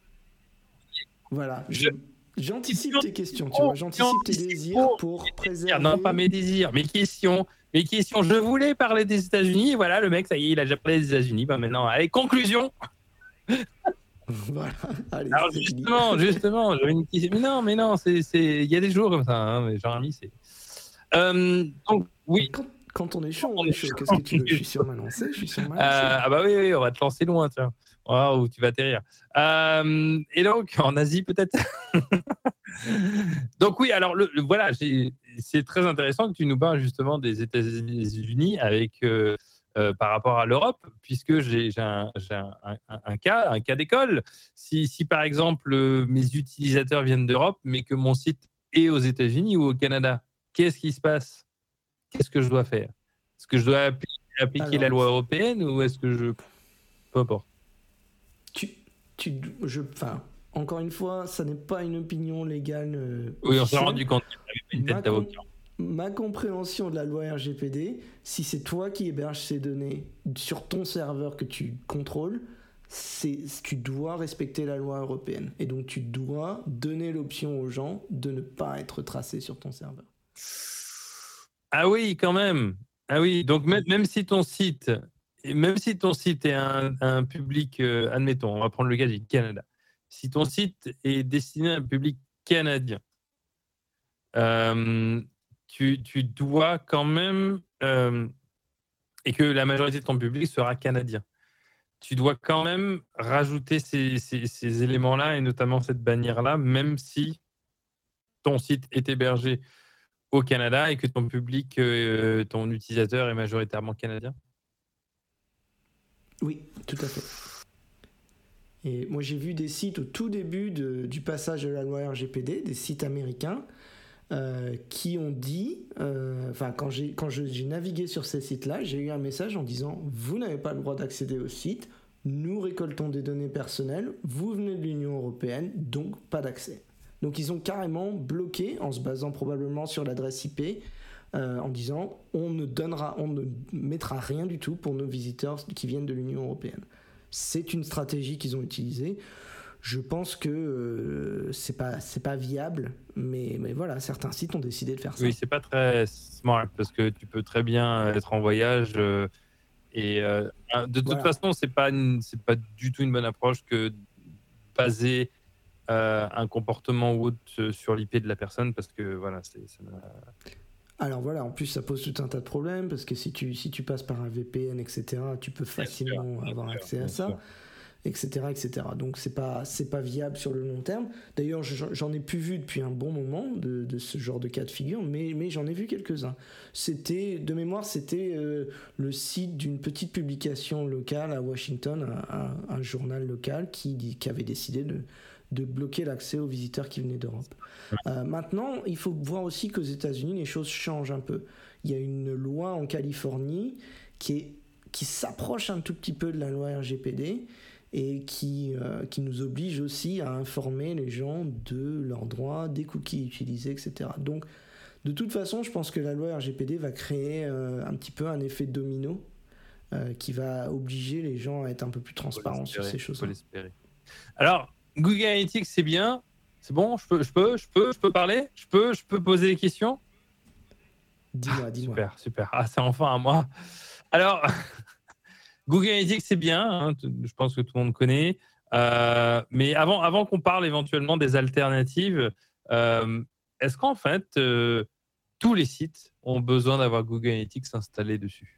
Voilà. Je... J'anticipe tes questions, tu vois. J'anticipe tes désirs pour préserver... Non, pas mes désirs, mes questions. Mes questions, je voulais parler des États-Unis, voilà, le mec, ça y est, il a déjà parlé des États-Unis. Bah maintenant, allez, conclusion. Voilà. Allez, alors justement, justement, j'avais une question. Mais non, mais non, c'est, c'est, il y a des jours comme ça, hein, mais genre ami, c'est. Euh, donc oui. Quand, quand on est chaud, on est chaud. Qu'est-ce que tu veux ? Je suis sur ma lancée, je suis sur ma lancée. Euh, ah bah oui, oui, on va te lancer loin, tiens. Waouh, tu vas atterrir. Euh, et donc en Asie peut-être. Donc oui, alors le, le, voilà, j'ai, c'est très intéressant que tu nous parles justement des États-Unis avec euh, euh, par rapport à l'Europe, puisque j'ai, j'ai, un, j'ai un, un, un cas, un cas d'école. Si, si par exemple euh, mes utilisateurs viennent d'Europe, mais que mon site est aux États-Unis ou au Canada, qu'est-ce qui se passe ? Qu'est-ce que je dois faire ? Est-ce que je dois appliquer, appliquer alors, la loi européenne ou est-ce que je peu importe ? Tu, tu, je, enfin. Encore une fois, ça n'est pas une opinion légale. Euh, oui, on s'est rendu compte qu'il n'y avait pas une tête ma, d'avocat. Ma compréhension de la loi R G P D, si c'est toi qui héberges ces données sur ton serveur que tu contrôles, c'est, tu dois respecter la loi européenne. Et donc, tu dois donner l'option aux gens de ne pas être tracés sur ton serveur. Ah oui, quand même. Ah oui, donc même, même si ton site, même si ton site est un, un public, euh, admettons, on va prendre le cas du Canada. Si ton site est destiné à un public canadien, euh, tu, tu dois quand même, euh, et que la majorité de ton public sera canadien, tu dois quand même rajouter ces, ces, ces éléments-là, et notamment cette bannière-là, même si ton site est hébergé au Canada et que ton public, euh, ton utilisateur est majoritairement canadien ? Oui, tout à fait. Et moi, j'ai vu des sites au tout début de, du passage de la loi R G P D, des sites américains, euh, qui ont dit, enfin, euh, quand, j'ai, quand je, j'ai navigué sur ces sites-là, j'ai eu un message en disant « Vous n'avez pas le droit d'accéder au site, nous récoltons des données personnelles, vous venez de l'Union européenne, donc pas d'accès. » Donc, ils ont carrément bloqué, en se basant probablement sur l'adresse I P, euh, en disant « On ne donnera, on ne mettra rien du tout pour nos visiteurs qui viennent de l'Union européenne. » C'est une stratégie qu'ils ont utilisée. Je pense que euh, c'est pas c'est pas viable, mais mais voilà, certains sites ont décidé de faire ça. Oui, c'est pas très smart parce que tu peux très bien être en voyage euh, et euh, de toute voilà. façon, c'est pas une, c'est pas du tout une bonne approche que baser euh, un comportement ou autre sur l'I P de la personne parce que voilà, c'est ça n'a... Alors voilà, en plus ça pose tout un tas de problèmes parce que si tu, si tu passes par un V P N, et cetera, tu peux facilement sûr, avoir accès à ça. Sûr. et cetera, et cetera. Donc c'est pas c'est pas viable sur le long terme. D'ailleurs, j'en ai plus vu depuis un bon moment de, de ce genre de cas de figure, mais mais j'en ai vu quelques-uns. C'était de mémoire, c'était euh, le site d'une petite publication locale à Washington, un, un, un journal local qui qui avait décidé de de bloquer l'accès aux visiteurs qui venaient d'Europe. Euh, maintenant, il faut voir aussi qu'aux États-Unis, les choses changent un peu. Il y a une loi en Californie qui, est, qui s'approche un tout petit peu de la loi R G P D et qui, euh, qui nous oblige aussi à informer les gens de leurs droits, des cookies utilisés, et cetera. Donc, de toute façon, je pense que la loi R G P D va créer euh, un petit peu un effet domino euh, qui va obliger les gens à être un peu plus transparents sur ces choses-là. Faut l'espérer. Alors, Google Analytics, c'est bien. C'est bon, je peux, je peux, je peux, je peux parler, je peux, je peux poser des questions. Dis-moi, ah, dis-moi. Super, super. Ah, c'est enfin à moi. Alors, Google Analytics, c'est bien. Hein, je pense que tout le monde connaît. Euh, mais avant, avant qu'on parle éventuellement des alternatives, euh, est-ce qu'en fait, euh, tous les sites ont besoin d'avoir Google Analytics installé dessus?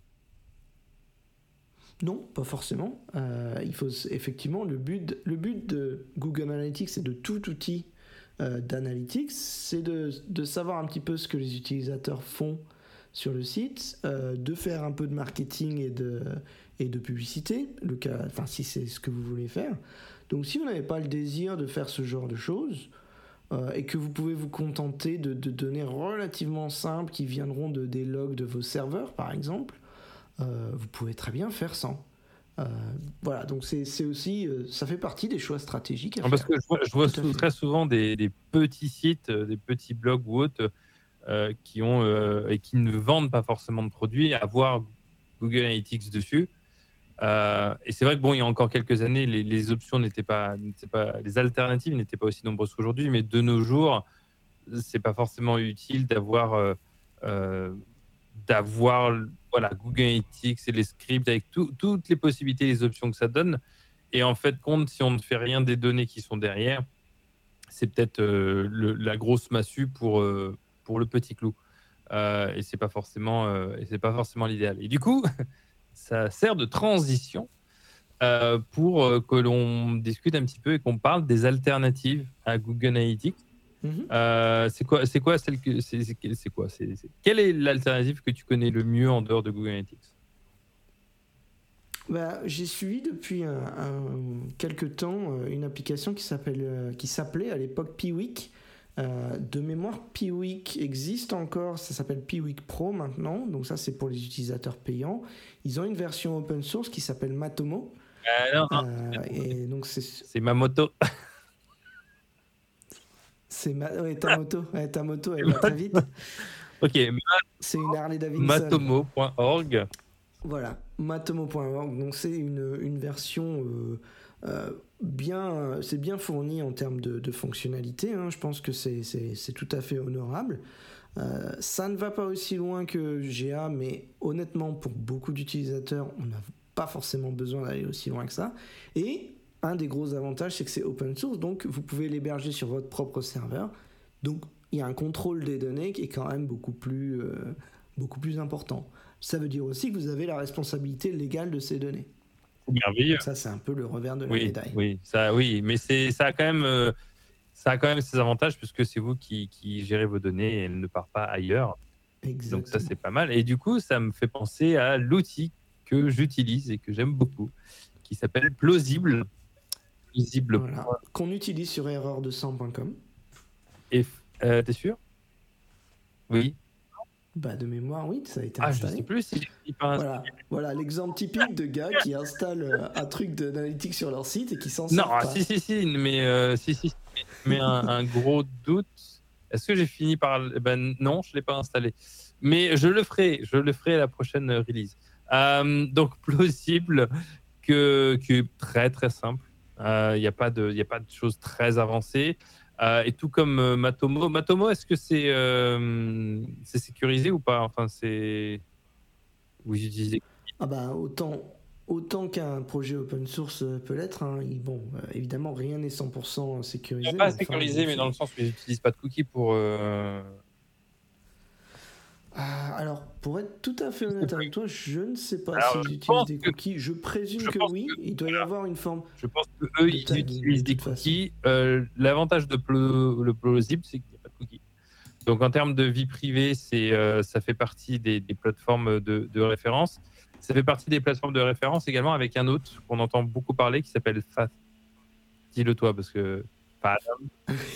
Non, pas forcément. Euh, il faut effectivement le but, le but de Google Analytics et de tout outil euh, d'analytics, c'est de, de savoir un petit peu ce que les utilisateurs font sur le site, euh, de faire un peu de marketing et de, et de publicité, le cas, enfin si c'est ce que vous voulez faire. Donc si vous n'avez pas le désir de faire ce genre de choses euh, et que vous pouvez vous contenter de, de données relativement simples qui viendront de, des logs de vos serveurs, par exemple, Euh, vous pouvez très bien faire sans. Euh, voilà, donc c'est, c'est aussi, euh, ça fait partie des choix stratégiques à non, faire. Parce que je vois, je vois sous, très souvent des, des petits sites, des petits blogs ou autres euh, qui ont euh, et qui ne vendent pas forcément de produits, avoir Google Analytics dessus. Euh, et c'est vrai que bon, il y a encore quelques années, les, les options n'étaient pas, n'étaient pas, les alternatives n'étaient pas aussi nombreuses qu'aujourd'hui, mais de nos jours, c'est pas forcément utile d'avoir euh, euh, d'avoir voilà, Google Analytics et les scripts avec tout, toutes les possibilités, les options que ça donne. Et en fait, compte, si on ne fait rien des données qui sont derrière, c'est peut-être euh, le, la grosse massue pour, euh, pour le petit clou. Euh, et c'est pas forcément, euh, et c'est pas forcément l'idéal. Et du coup, ça sert de transition euh, pour euh, que l'on discute un petit peu et qu'on parle des alternatives à Google Analytics. Mm-hmm. Euh, c'est quoi, c'est quoi celle que, c'est, c'est, c'est quoi, c'est, c'est, quelle est l'alternative que tu connais le mieux en dehors de Google Analytics? Bah, j'ai suivi depuis un, un, quelques temps euh, une application qui, s'appelle, euh, qui s'appelait à l'époque Piwik. Euh, de mémoire, Piwik existe encore, ça s'appelle Piwik Pro maintenant, donc ça c'est pour les utilisateurs payants. Ils ont une version open source qui s'appelle Matomo. Euh, non, non. Euh, et donc c'est... c'est ma moto. C'est ma... ouais, ta moto, ouais, ta moto elle va très vite. Ok, c'est une Harley Davidson. matomo point org. Voilà, matomo point org. Donc c'est une, une version euh, euh, bien, c'est bien fourni en termes de, de fonctionnalité. Hein. Je pense que c'est, c'est, c'est tout à fait honorable. Euh, ça ne va pas aussi loin que G A, mais honnêtement, pour beaucoup d'utilisateurs, on n'a pas forcément besoin d'aller aussi loin que ça. Et un des gros avantages, c'est que c'est open source, donc vous pouvez l'héberger sur votre propre serveur. Donc il y a un contrôle des données qui est quand même beaucoup plus, euh, beaucoup plus important. Ça veut dire aussi que vous avez la responsabilité légale de ces données. Merveilleux. Donc ça, c'est un peu le revers de la oui, médaille. Oui, ça, oui, mais c'est, ça a quand même, euh, ça a quand même ses avantages puisque c'est vous qui, qui gérez vos données et elles ne partent pas ailleurs. Exactement. Donc ça, c'est pas mal. Et du coup, ça me fait penser à l'outil que j'utilise et que j'aime beaucoup, qui s'appelle Plausible. Plausible. Voilà. Qu'on utilise sur erreur deux cents point com. Et euh, t'es sûr? Oui. Bah de mémoire, oui, ça a été ah, installé. Je sais plus si j'ai pas voilà, voilà l'exemple typique de gars qui installent un truc d'analytique sur leur site et qui s'en non, servent pas. Non, si, si, si, mais euh, si, si, mais un, un gros doute. Est-ce que j'ai fini par... Ben non, je l'ai pas installé. Mais je le ferai, je le ferai à la prochaine release. Euh, donc plausible, que, que très très simple. Il euh, n'y a pas de, il y a pas de choses très avancées. Euh, et tout comme euh, Matomo. Matomo, est-ce que c'est euh, c'est sécurisé ou pas? Enfin, c'est vous utilisez. Ah bah autant autant qu'un projet open source peut l'être. Hein. Bon, euh, évidemment, rien n'est cent pour cent sécurisé. Pas sécurisé, enfin, mais dans le sens où ils n'utilisent pas de cookies pour. Euh... Ah, alors, pour être tout à fait Je sais honnête avec plus. toi, je ne sais pas Alors, s'ils je utilisent pense des que cookies. Je présume je que pense que oui. Il doit y voilà, avoir une forme je pense qu'eux, de ils tagging de utilisent des toute façon. cookies. Heu, l'avantage de Plo le Plausible, c'est qu'il y a pas de cookies. Donc en termes de vie privée, c'est, heu, ça fait partie des des plateformes de de référence. Ça fait partie des plateformes de référence également avec un autre qu'on entend beaucoup parler qui s'appelle Fa dis-le toi parce que Fathom.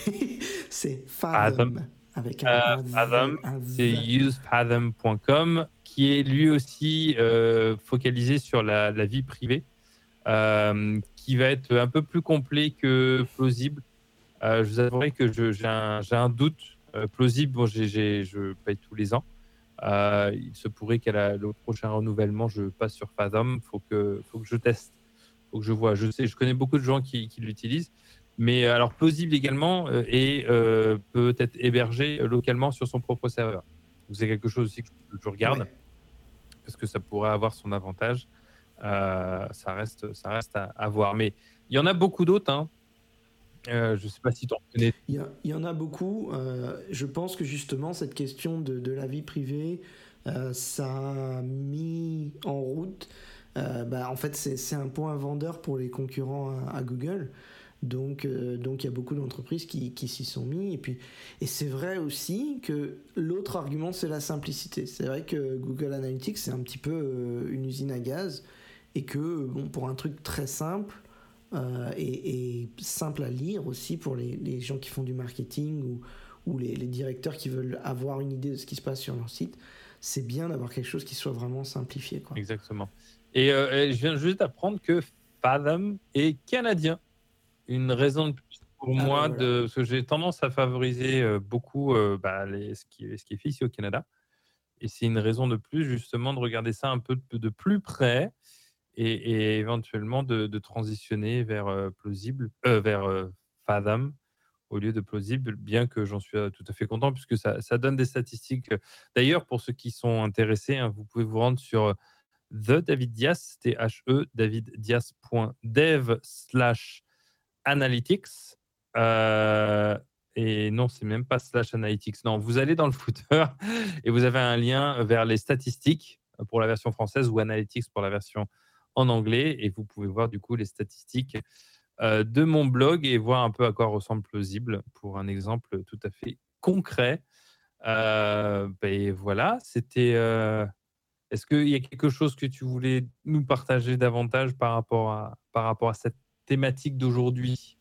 C'est Fathom. Fathom avec Heu, un, un Fathom, Z, un c'est Z. use fathom point com qui est lui aussi, heu, focalisé sur la la vie privée, hem, qui va être un peu plus complet que Plausible. Heu, je vous avouerai que je j'ai un j'ai un doute. Heu, Plausible, bon, j'ai j'ai je paye tous les ans. Heu, il se pourrait qu'à la le prochain renouvellement, je passe sur Fathom. Faut que faut que je teste. Faut que je vois. Je sais, je connais beaucoup de gens qui qui l'utilisent, mais alors Plausible également, heu, est, heu, peut être hébergé localement sur son propre serveur. Donc c'est quelque chose aussi que je je regarde Ouais. parce que ça pourrait avoir son avantage. Heu, ça reste ça reste à à voir, mais il y en a beaucoup d'autres, hein. Heu, je sais pas si tu en connais? Il y, a- il y en a beaucoup. Euh, je pense que justement, cette question de, de la vie privée, euh, ça a mis en route. Euh, bah, en fait, c'est c'est un point vendeur pour les concurrents à, à Google. Donc, euh, donc il y a beaucoup d'entreprises qui, qui s'y sont mis. Et puis, et c'est vrai aussi que l'autre argument, c'est la simplicité. C'est vrai que Google Analytics, c'est un petit peu euh, une usine à gaz. Et que, bon, pour un truc très simple, euh, et, et simple à lire aussi pour les, les gens qui font du marketing ou, ou les, les directeurs qui veulent avoir une idée de ce qui se passe sur leur site, c'est bien d'avoir quelque chose qui soit vraiment simplifié, quoi. Exactement. Et, heu, et je viens juste d'apprendre que Fathom est canadien. Une raison de plus pour Ah bah moi voilà. de parce que j'ai tendance à favoriser, heu, beaucoup, heu, bah, les ce qui est ce qui est fait ici au Canada et c'est une raison de plus justement de regarder ça un peu de de plus près et et éventuellement de de transitionner vers, heu, Plausible, heu, vers, heu, Fathom au lieu de Plausible, bien que j'en sois tout à fait content puisque ça ça donne des statistiques. D'ailleurs, pour ceux qui sont intéressés, hein, vous pouvez vous rendre sur, The David Dias, T H E David Dias point dev slash analytics. Euh, et non, c'est même pas slash analytics. Non, vous allez dans le footer et vous avez un lien vers les statistiques pour la version française ou analytics pour la version en anglais. Et vous pouvez voir du coup les statistiques euh, de mon blog et voir un peu à quoi ressemble Plausible pour un exemple tout à fait concret. Euh, ben voilà, c'était. euh, est-ce qu'il y a quelque chose que tu voulais nous partager davantage par rapport à, par rapport à cette thématique d'aujourd'hui?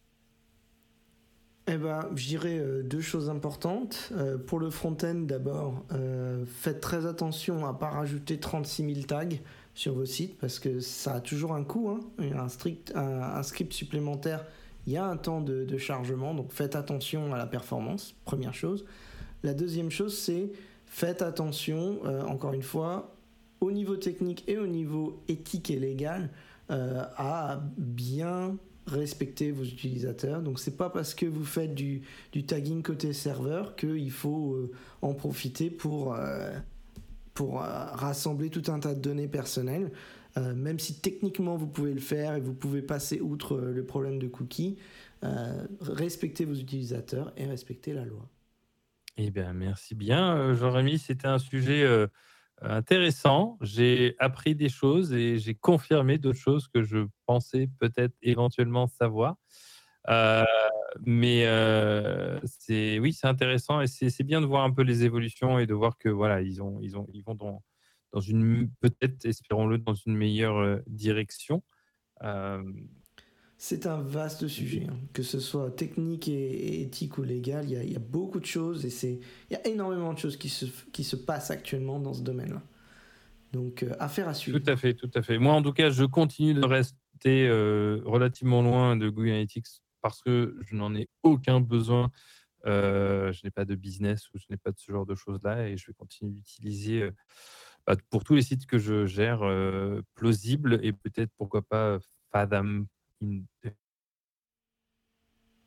Eh ben, je dirais euh, deux choses importantes. Euh, pour le front-end, d'abord, euh, faites très attention à ne pas rajouter trente-six mille tags sur vos sites parce que ça a toujours un coût, hein. Un, strict, un, un script supplémentaire, il y a un temps de, de chargement, donc faites attention à la performance, première chose. La deuxième chose, c'est faites attention, euh, encore une fois, au niveau technique et au niveau éthique et légal, euh, à bien respecter vos utilisateurs. Donc c'est pas parce que vous faites du, du tagging côté serveur qu'il faut euh, en profiter pour, euh, pour euh, rassembler tout un tas de données personnelles. Euh, même si techniquement vous pouvez le faire et vous pouvez passer outre euh, le problème de cookies, euh, respectez vos utilisateurs et respectez la loi. Eh bien, merci bien, euh, Jean-Rémy. C'était un sujet euh, intéressant. J'ai appris des choses et j'ai confirmé d'autres choses que je pensais peut-être éventuellement savoir. Euh, mais euh, c'est oui, c'est intéressant et c'est c'est bien de voir un peu les évolutions et de voir que voilà, ils ont, ils ont, ils vont dans, dans une peut-être, espérons-le, dans une meilleure euh, direction. Euh, C'est un vaste sujet, hein. Que ce soit technique et, et éthique ou légal, il y, a- il y a beaucoup de choses et c'est, il y a énormément de choses qui se, qui se passent actuellement dans ce domaine-là. Donc, euh, affaire à Tout à suivre. fait, tout à fait. Moi, en tout cas, je continue de rester euh, relativement loin de Google Analytics parce que je n'en ai aucun besoin. Euh, je n'ai pas de business ou je n'ai pas de ce genre de choses-là et je vais continuer d'utiliser euh, bah, pour tous les sites que je gère euh, plausible et peut-être pourquoi pas Fathom. In-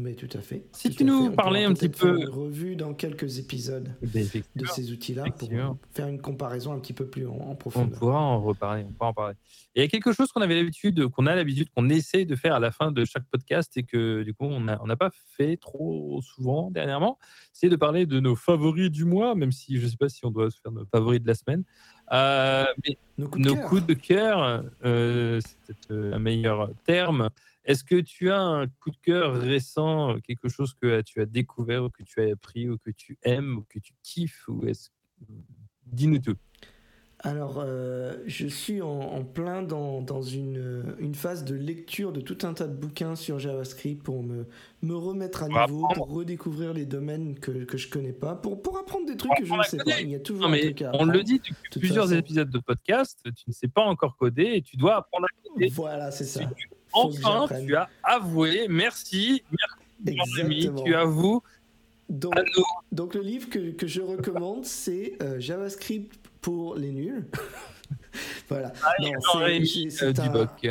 Mais tout à fait. Si tout tu à nous fait. On parlais pourra un petit peut-être faire peu... une revue dans quelques épisodes Ben, de effectivement, ces outils-là pour effectivement. faire une comparaison un petit peu plus en, en On profondeur. pourra en reparler, on pourra en parler. Et il y a quelque chose qu'on avait l'habitude, qu'on a l'habitude, qu'on essaye de faire à la fin de chaque podcast et que du coup on n'a on n'a pas fait trop souvent dernièrement, c'est de parler de nos favoris du mois, même si je ne sais pas si on doit se faire nos favoris de la semaine. Euh, mais Nos coups de nos cœur. coups de cœur, euh, c'est peut-être euh, un meilleur terme. Est-ce que tu as un coup de cœur récent, quelque chose que tu as découvert ou que tu as appris ou que tu aimes ou que tu kiffes ou est-ce... Dis-nous tout. Alors, euh, je suis en, en plein dans, dans une, une phase de lecture de tout un tas de bouquins sur JavaScript pour me, me remettre à Pour niveau, apprendre. pour redécouvrir les domaines que, que je connais pas, pour, pour apprendre des trucs Pour que je ne apprendre à sais coder. pas. Il y a toujours Non, un mais truc à on apprendre. le dit depuis toute plusieurs façon. épisodes de podcast, tu ne sais pas encore coder et tu dois apprendre à coder. Voilà, c'est ça. Tu- Faut que Enfin, j'apprenne. tu as avoué, merci, merci Jean-Rémy, Exactement. tu avoues Donc, à nous. donc le livre que, que je recommande, c'est euh, JavaScript pour les nuls. Voilà. Allez, Non, Jean-Rémy, c'est- c'est- euh, c'est un- Duboc.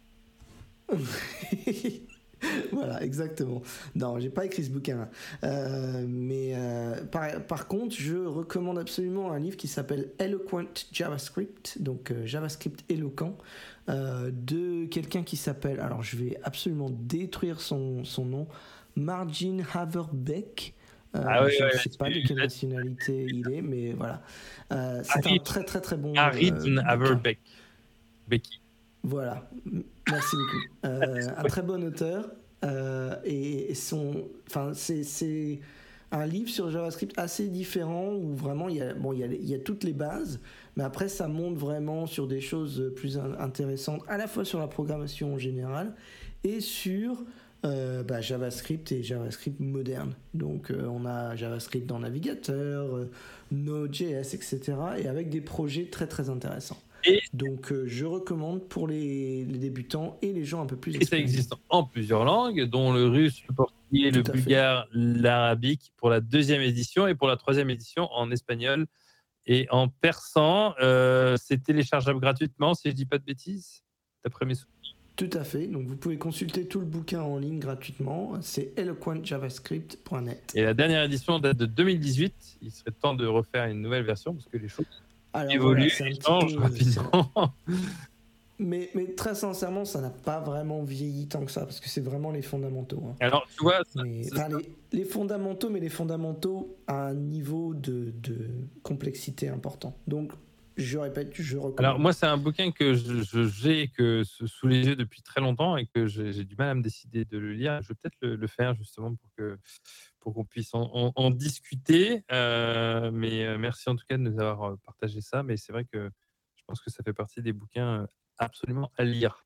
Voilà, exactement. Non, j'ai pas écrit ce bouquin. Euh, mais euh, par, par contre, je recommande absolument un livre qui s'appelle Eloquent JavaScript, donc euh, JavaScript éloquent, euh, de quelqu'un qui s'appelle, alors je vais absolument détruire son, son nom, Margin Haverbeck. Euh, Ah ouais, je ne ouais, sais pas de là-dessus, quelle là-dessus. nationalité il est, mais voilà. Euh, c'est Harry- un très très très bon. Harry euh, bouquin. Haverbeck. Becky. Voilà, M- merci beaucoup. Euh, un très bon auteur euh, et son, enfin c'est c'est un livre sur JavaScript assez différent où vraiment il y a bon il y a, il y a toutes les bases, mais après ça monte vraiment sur des choses plus in- intéressantes à la fois sur la programmation en général et sur euh, bah, JavaScript et JavaScript moderne. Donc euh, on a JavaScript dans Navigateur, euh, Node.js, et cetera. Et avec des projets très très intéressants. Et, Donc euh, je recommande pour les, les débutants et les gens un peu plus et ça expérimentés. existe en plusieurs langues, dont le russe, le portugais, le Tout à fait. bulgare, l'arabique pour la deuxième édition et pour la troisième édition en espagnol et en persan. Euh, c'est téléchargeable gratuitement, si je dis pas de bêtises, d'après mes souvenirs. Tout à fait. Donc vous pouvez consulter tout le bouquin en ligne gratuitement. C'est eloquent javascript point net. Et la dernière édition date de deux mille dix-huit. Il serait temps de refaire une nouvelle version parce que les choses Alors évoluent voilà, c'est un et petit changent peu- rapidement. Mais, mais très sincèrement, ça n'a pas vraiment vieilli tant que ça, parce que c'est vraiment les fondamentaux. hein. Alors, tu vois, ça- Mais, ça- enfin, les, les fondamentaux, mais les fondamentaux à un niveau de, de complexité important. Donc, je répète, je recommande. alors moi, c'est un bouquin que je- je- j'ai que sous sous les yeux depuis très longtemps et que j'ai j'ai du mal à me décider de le lire. Je vais peut-être le, le faire justement pour que pour qu'on puisse en, en- en discuter. Euh, mais euh, merci en tout cas de nous avoir euh, partagé ça. Mais c'est vrai que je pense que ça fait partie des bouquins euh, absolument à lire.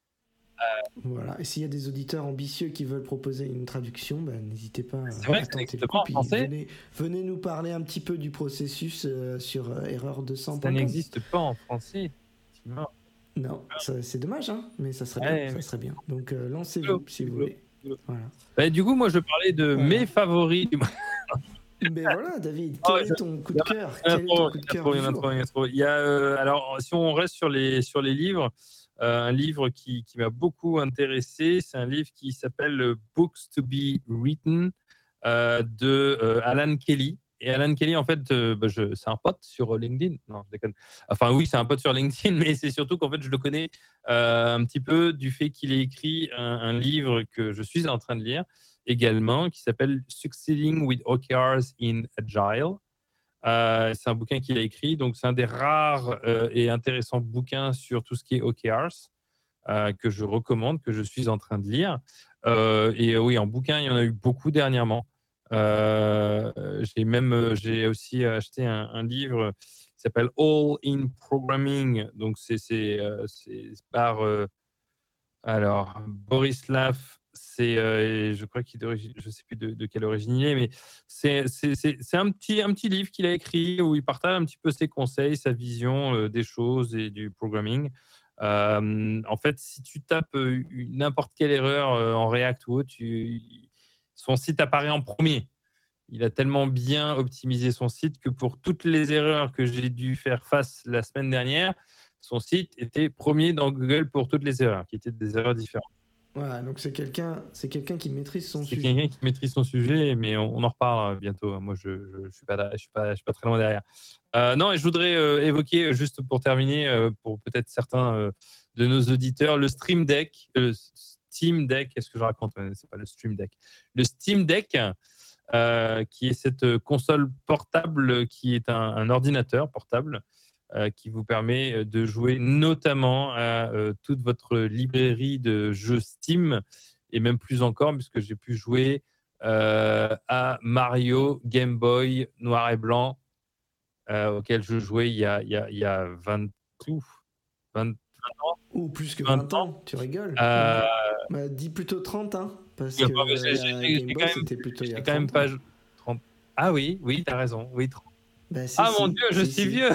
Voilà. Et s'il y a des auditeurs ambitieux qui veulent proposer une traduction, ben, n'hésitez pas C'est vrai à que ça tenter n'existe le pas en coup. Puis français. venez, venez nous parler un petit peu du processus euh, sur euh, erreur deux cents. Ça n'existe pas en français. effectivement. Non, ça- c'est dommage, hein, mais ça serait Ouais, bien. mais- Ça serait bien. Donc euh, lancez-vous Rigolo, si vous rigolo, voulez. rigolo. Voilà. Bah, du coup, moi, je parlais de Voilà. mes favoris du mois. Mais voilà, David, Oh, quel je- est ton coup de cœur Il y en a Quel est trop, ton coup il de y en a cœur trop, du il y en a jour trop, il y en a trop. Il y a, euh, alors, si on reste sur les, sur les livres, euh, un livre qui, qui m'a beaucoup intéressé, c'est un livre qui s'appelle euh, Books to be Written euh, de euh, Alan Kelly. Et Alan Kelly, en fait, euh, bah, je, c'est un pote sur LinkedIn. Non, je déconne. Enfin, oui, c'est un pote sur LinkedIn, mais c'est surtout qu'en fait, je le connais euh, un petit peu du fait qu'il ait écrit un, un livre que je suis en train de lire également, qui s'appelle Succeeding with O K Rs in Agile. Euh, c'est un bouquin qu'il a écrit, donc c'est un des rares euh, et intéressants bouquins sur tout ce qui est O K Rs euh, que je recommande, que je suis en train de lire. Euh, et oui, en bouquin, il y en a eu beaucoup dernièrement. Euh, j'ai même, j'ai aussi acheté un, un livre qui s'appelle All in Programming. Donc c'est c'est euh, c'est par euh, alors Borislav. C'est, euh, je crois qu'il est d'origine, je sais plus de, de quelle origine il est, mais c'est c'est c'est c'est un petit un petit livre qu'il a écrit où il partage un petit peu ses conseils, sa vision euh, des choses et du programming. Euh, en fait, si tu tapes euh, une- n'importe quelle erreur euh, en React ou autre, tu, son site apparaît en premier. Il a tellement bien optimisé son site que pour toutes les erreurs que j'ai dû faire face la semaine dernière, son site était premier dans Google pour toutes les erreurs, qui étaient des erreurs différentes. Voilà, donc c'est quelqu'un, c'est quelqu'un qui maîtrise son C'est sujet. quelqu'un qui maîtrise son sujet, mais on, on en reparle bientôt. Moi, je ne suis, pas là- je suis, pas- je suis pas très loin derrière. Euh, non, et je voudrais euh, évoquer, juste pour terminer, euh, pour peut-être certains euh, de nos auditeurs, le Stream Deck, le Steam Deck, qu'est-ce que je raconte? C'est pas le Stream Deck. Le Steam Deck, euh, qui est cette console portable qui est un, un ordinateur portable euh, qui vous permet de jouer notamment à euh, toute votre librairie de jeux Steam et même plus encore, puisque j'ai pu jouer euh, à Mario Game Boy noir et blanc, euh, auquel je jouais il y a, il y a, il y a vingt, ouf, vingt, Ou plus que vingt vingt ans. ans, tu rigoles. Euh, Bah, dis plutôt trente, hein, parce j'ai- que j'ai- la j'ai- Game j'ai Boy, quand même, c'était plutôt il y a j'ai quand même trente ans. pas trente. Ah oui, oui, t'as raison. Oui, trente. Bah, si, Ah si, mon Dieu, je si, suis si. vieux.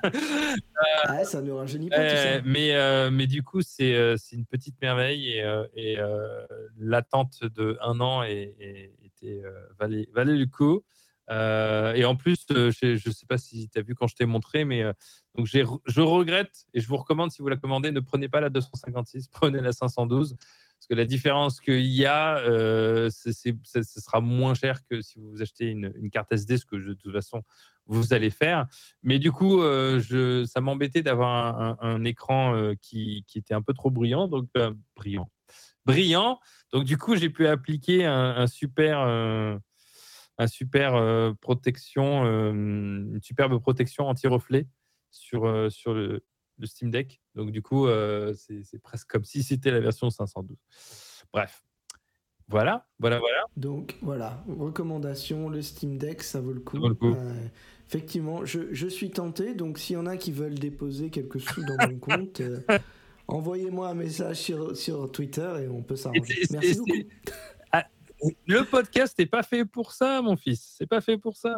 Ah, ça ne rajeunit pas tout Euh, ça. mais, euh, mais du coup, c'est euh, c'est une petite merveille et, euh, et euh, l'attente de un an est, est- était, euh, valait, valait le coup. Euh, et en plus, euh, je ne sais pas si tu as vu quand je t'ai montré, mais euh, donc j'ai, je regrette et je vous recommande, si vous la commandez, ne prenez pas la deux cent cinquante-six, prenez la cinq cent douze. Parce que la différence qu'il y a, euh, c'est, c'est, c'est- ce sera moins cher que si vous achetez une, une carte S D, ce que je- de toute façon vous allez faire. Mais du coup, euh, je, ça m'embêtait d'avoir un, un- un écran euh, qui, qui était un peu trop brillant, donc euh, brillant, brillant. Donc du coup, j'ai pu appliquer un, un super, euh, un super euh, protection, euh, une superbe protection anti-reflet sur euh, sur le, le Steam Deck. Donc du coup, euh, c'est, c'est presque comme si c'était la version cinq cent douze. Bref, voilà, voilà, voilà. Donc voilà, recommandation, le Steam Deck, ça vaut le coup. Ça vaut le coup. Euh, effectivement, je, je suis tenté, donc s'il y en a qui veulent déposer quelques sous dans mon compte, euh, envoyez-moi un message sur, sur Twitter et on peut s'arranger. Et c'est- Merci c'est- beaucoup. c'est- Ah, le podcast n'est pas fait pour ça, mon fils. C'est pas fait pour ça.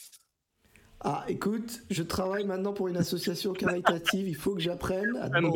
Ah, écoute, je travaille maintenant pour une association caritative, il faut que j'apprenne à demander.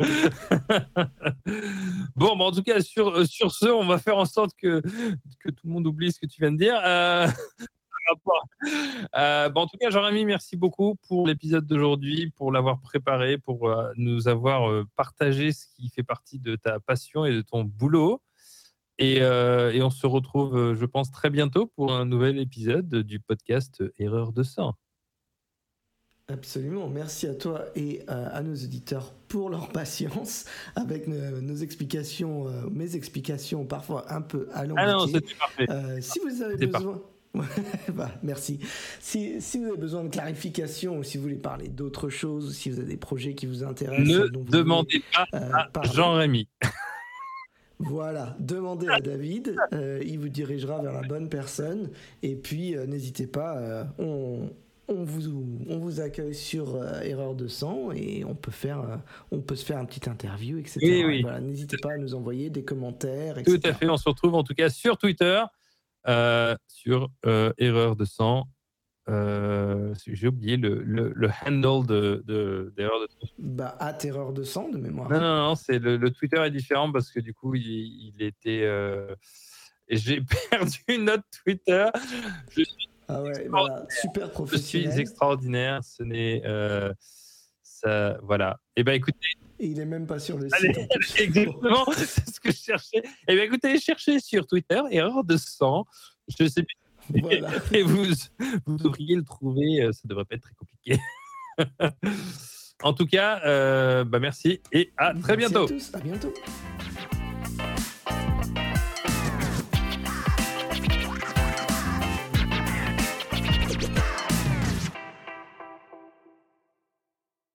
Bon, bah, en tout cas, sur, euh, sur ce, on va faire en sorte que, que tout le monde oublie ce que tu viens de dire. Euh, par rapport- euh, bah, en tout cas, Jean-Rémy, merci beaucoup pour l'épisode d'aujourd'hui, pour l'avoir préparé, pour euh, nous avoir euh, partagé ce qui fait partie de ta passion et de ton boulot. Et, euh, et on se retrouve, euh, je pense, très bientôt pour un nouvel épisode du podcast Erreur de sang. Absolument, merci à toi et euh, à nos auditeurs pour leur patience avec nos, nos explications, euh, mes explications parfois un peu alambiquées. Ah non, c'était parfait. Euh, si vous avez C'était besoin... bah, merci. Si, si vous avez besoin de clarification ou si vous voulez parler d'autre chose, si vous avez des projets qui vous intéressent... Ne dont vous demandez voulez, pas euh, à parler, Jean-Rémy. Voilà, demandez à David, euh, il vous dirigera vers la bonne personne. Et puis, euh, n'hésitez pas, euh, on... On vous, on vous accueille sur euh, Erreur de sang et on peut, faire, euh, on peut se faire un petit interview, et cetera. Oui, oui. Voilà, n'hésitez pas à nous envoyer des commentaires, et Tout cetera. à fait, on se retrouve en tout cas sur Twitter, euh, sur euh, Erreur de sang. Euh, j'ai oublié le, le, le handle de, de, d'Erreur de sang. Bah, at Erreur de sang, de mémoire. Non, non, non, c'est le, le Twitter est différent parce que du coup, il, il était... Euh, et j'ai perdu notre Twitter. Je suis Ah ouais, voilà, super Je professionnel. suis extraordinaire. Ce n'est euh, ça. Voilà. Et eh ben écoutez. Et il est même pas sur le Allez, site. En plus. exactement. C'est ce que je cherchais. Et eh ben écoutez, cherchez sur Twitter Erreur de sang. Je sais plus. Voilà. Et vous, vous devriez le trouver. Ça devrait pas être très compliqué. En tout cas, euh, bah merci et à très Merci bientôt. à tous. À bientôt.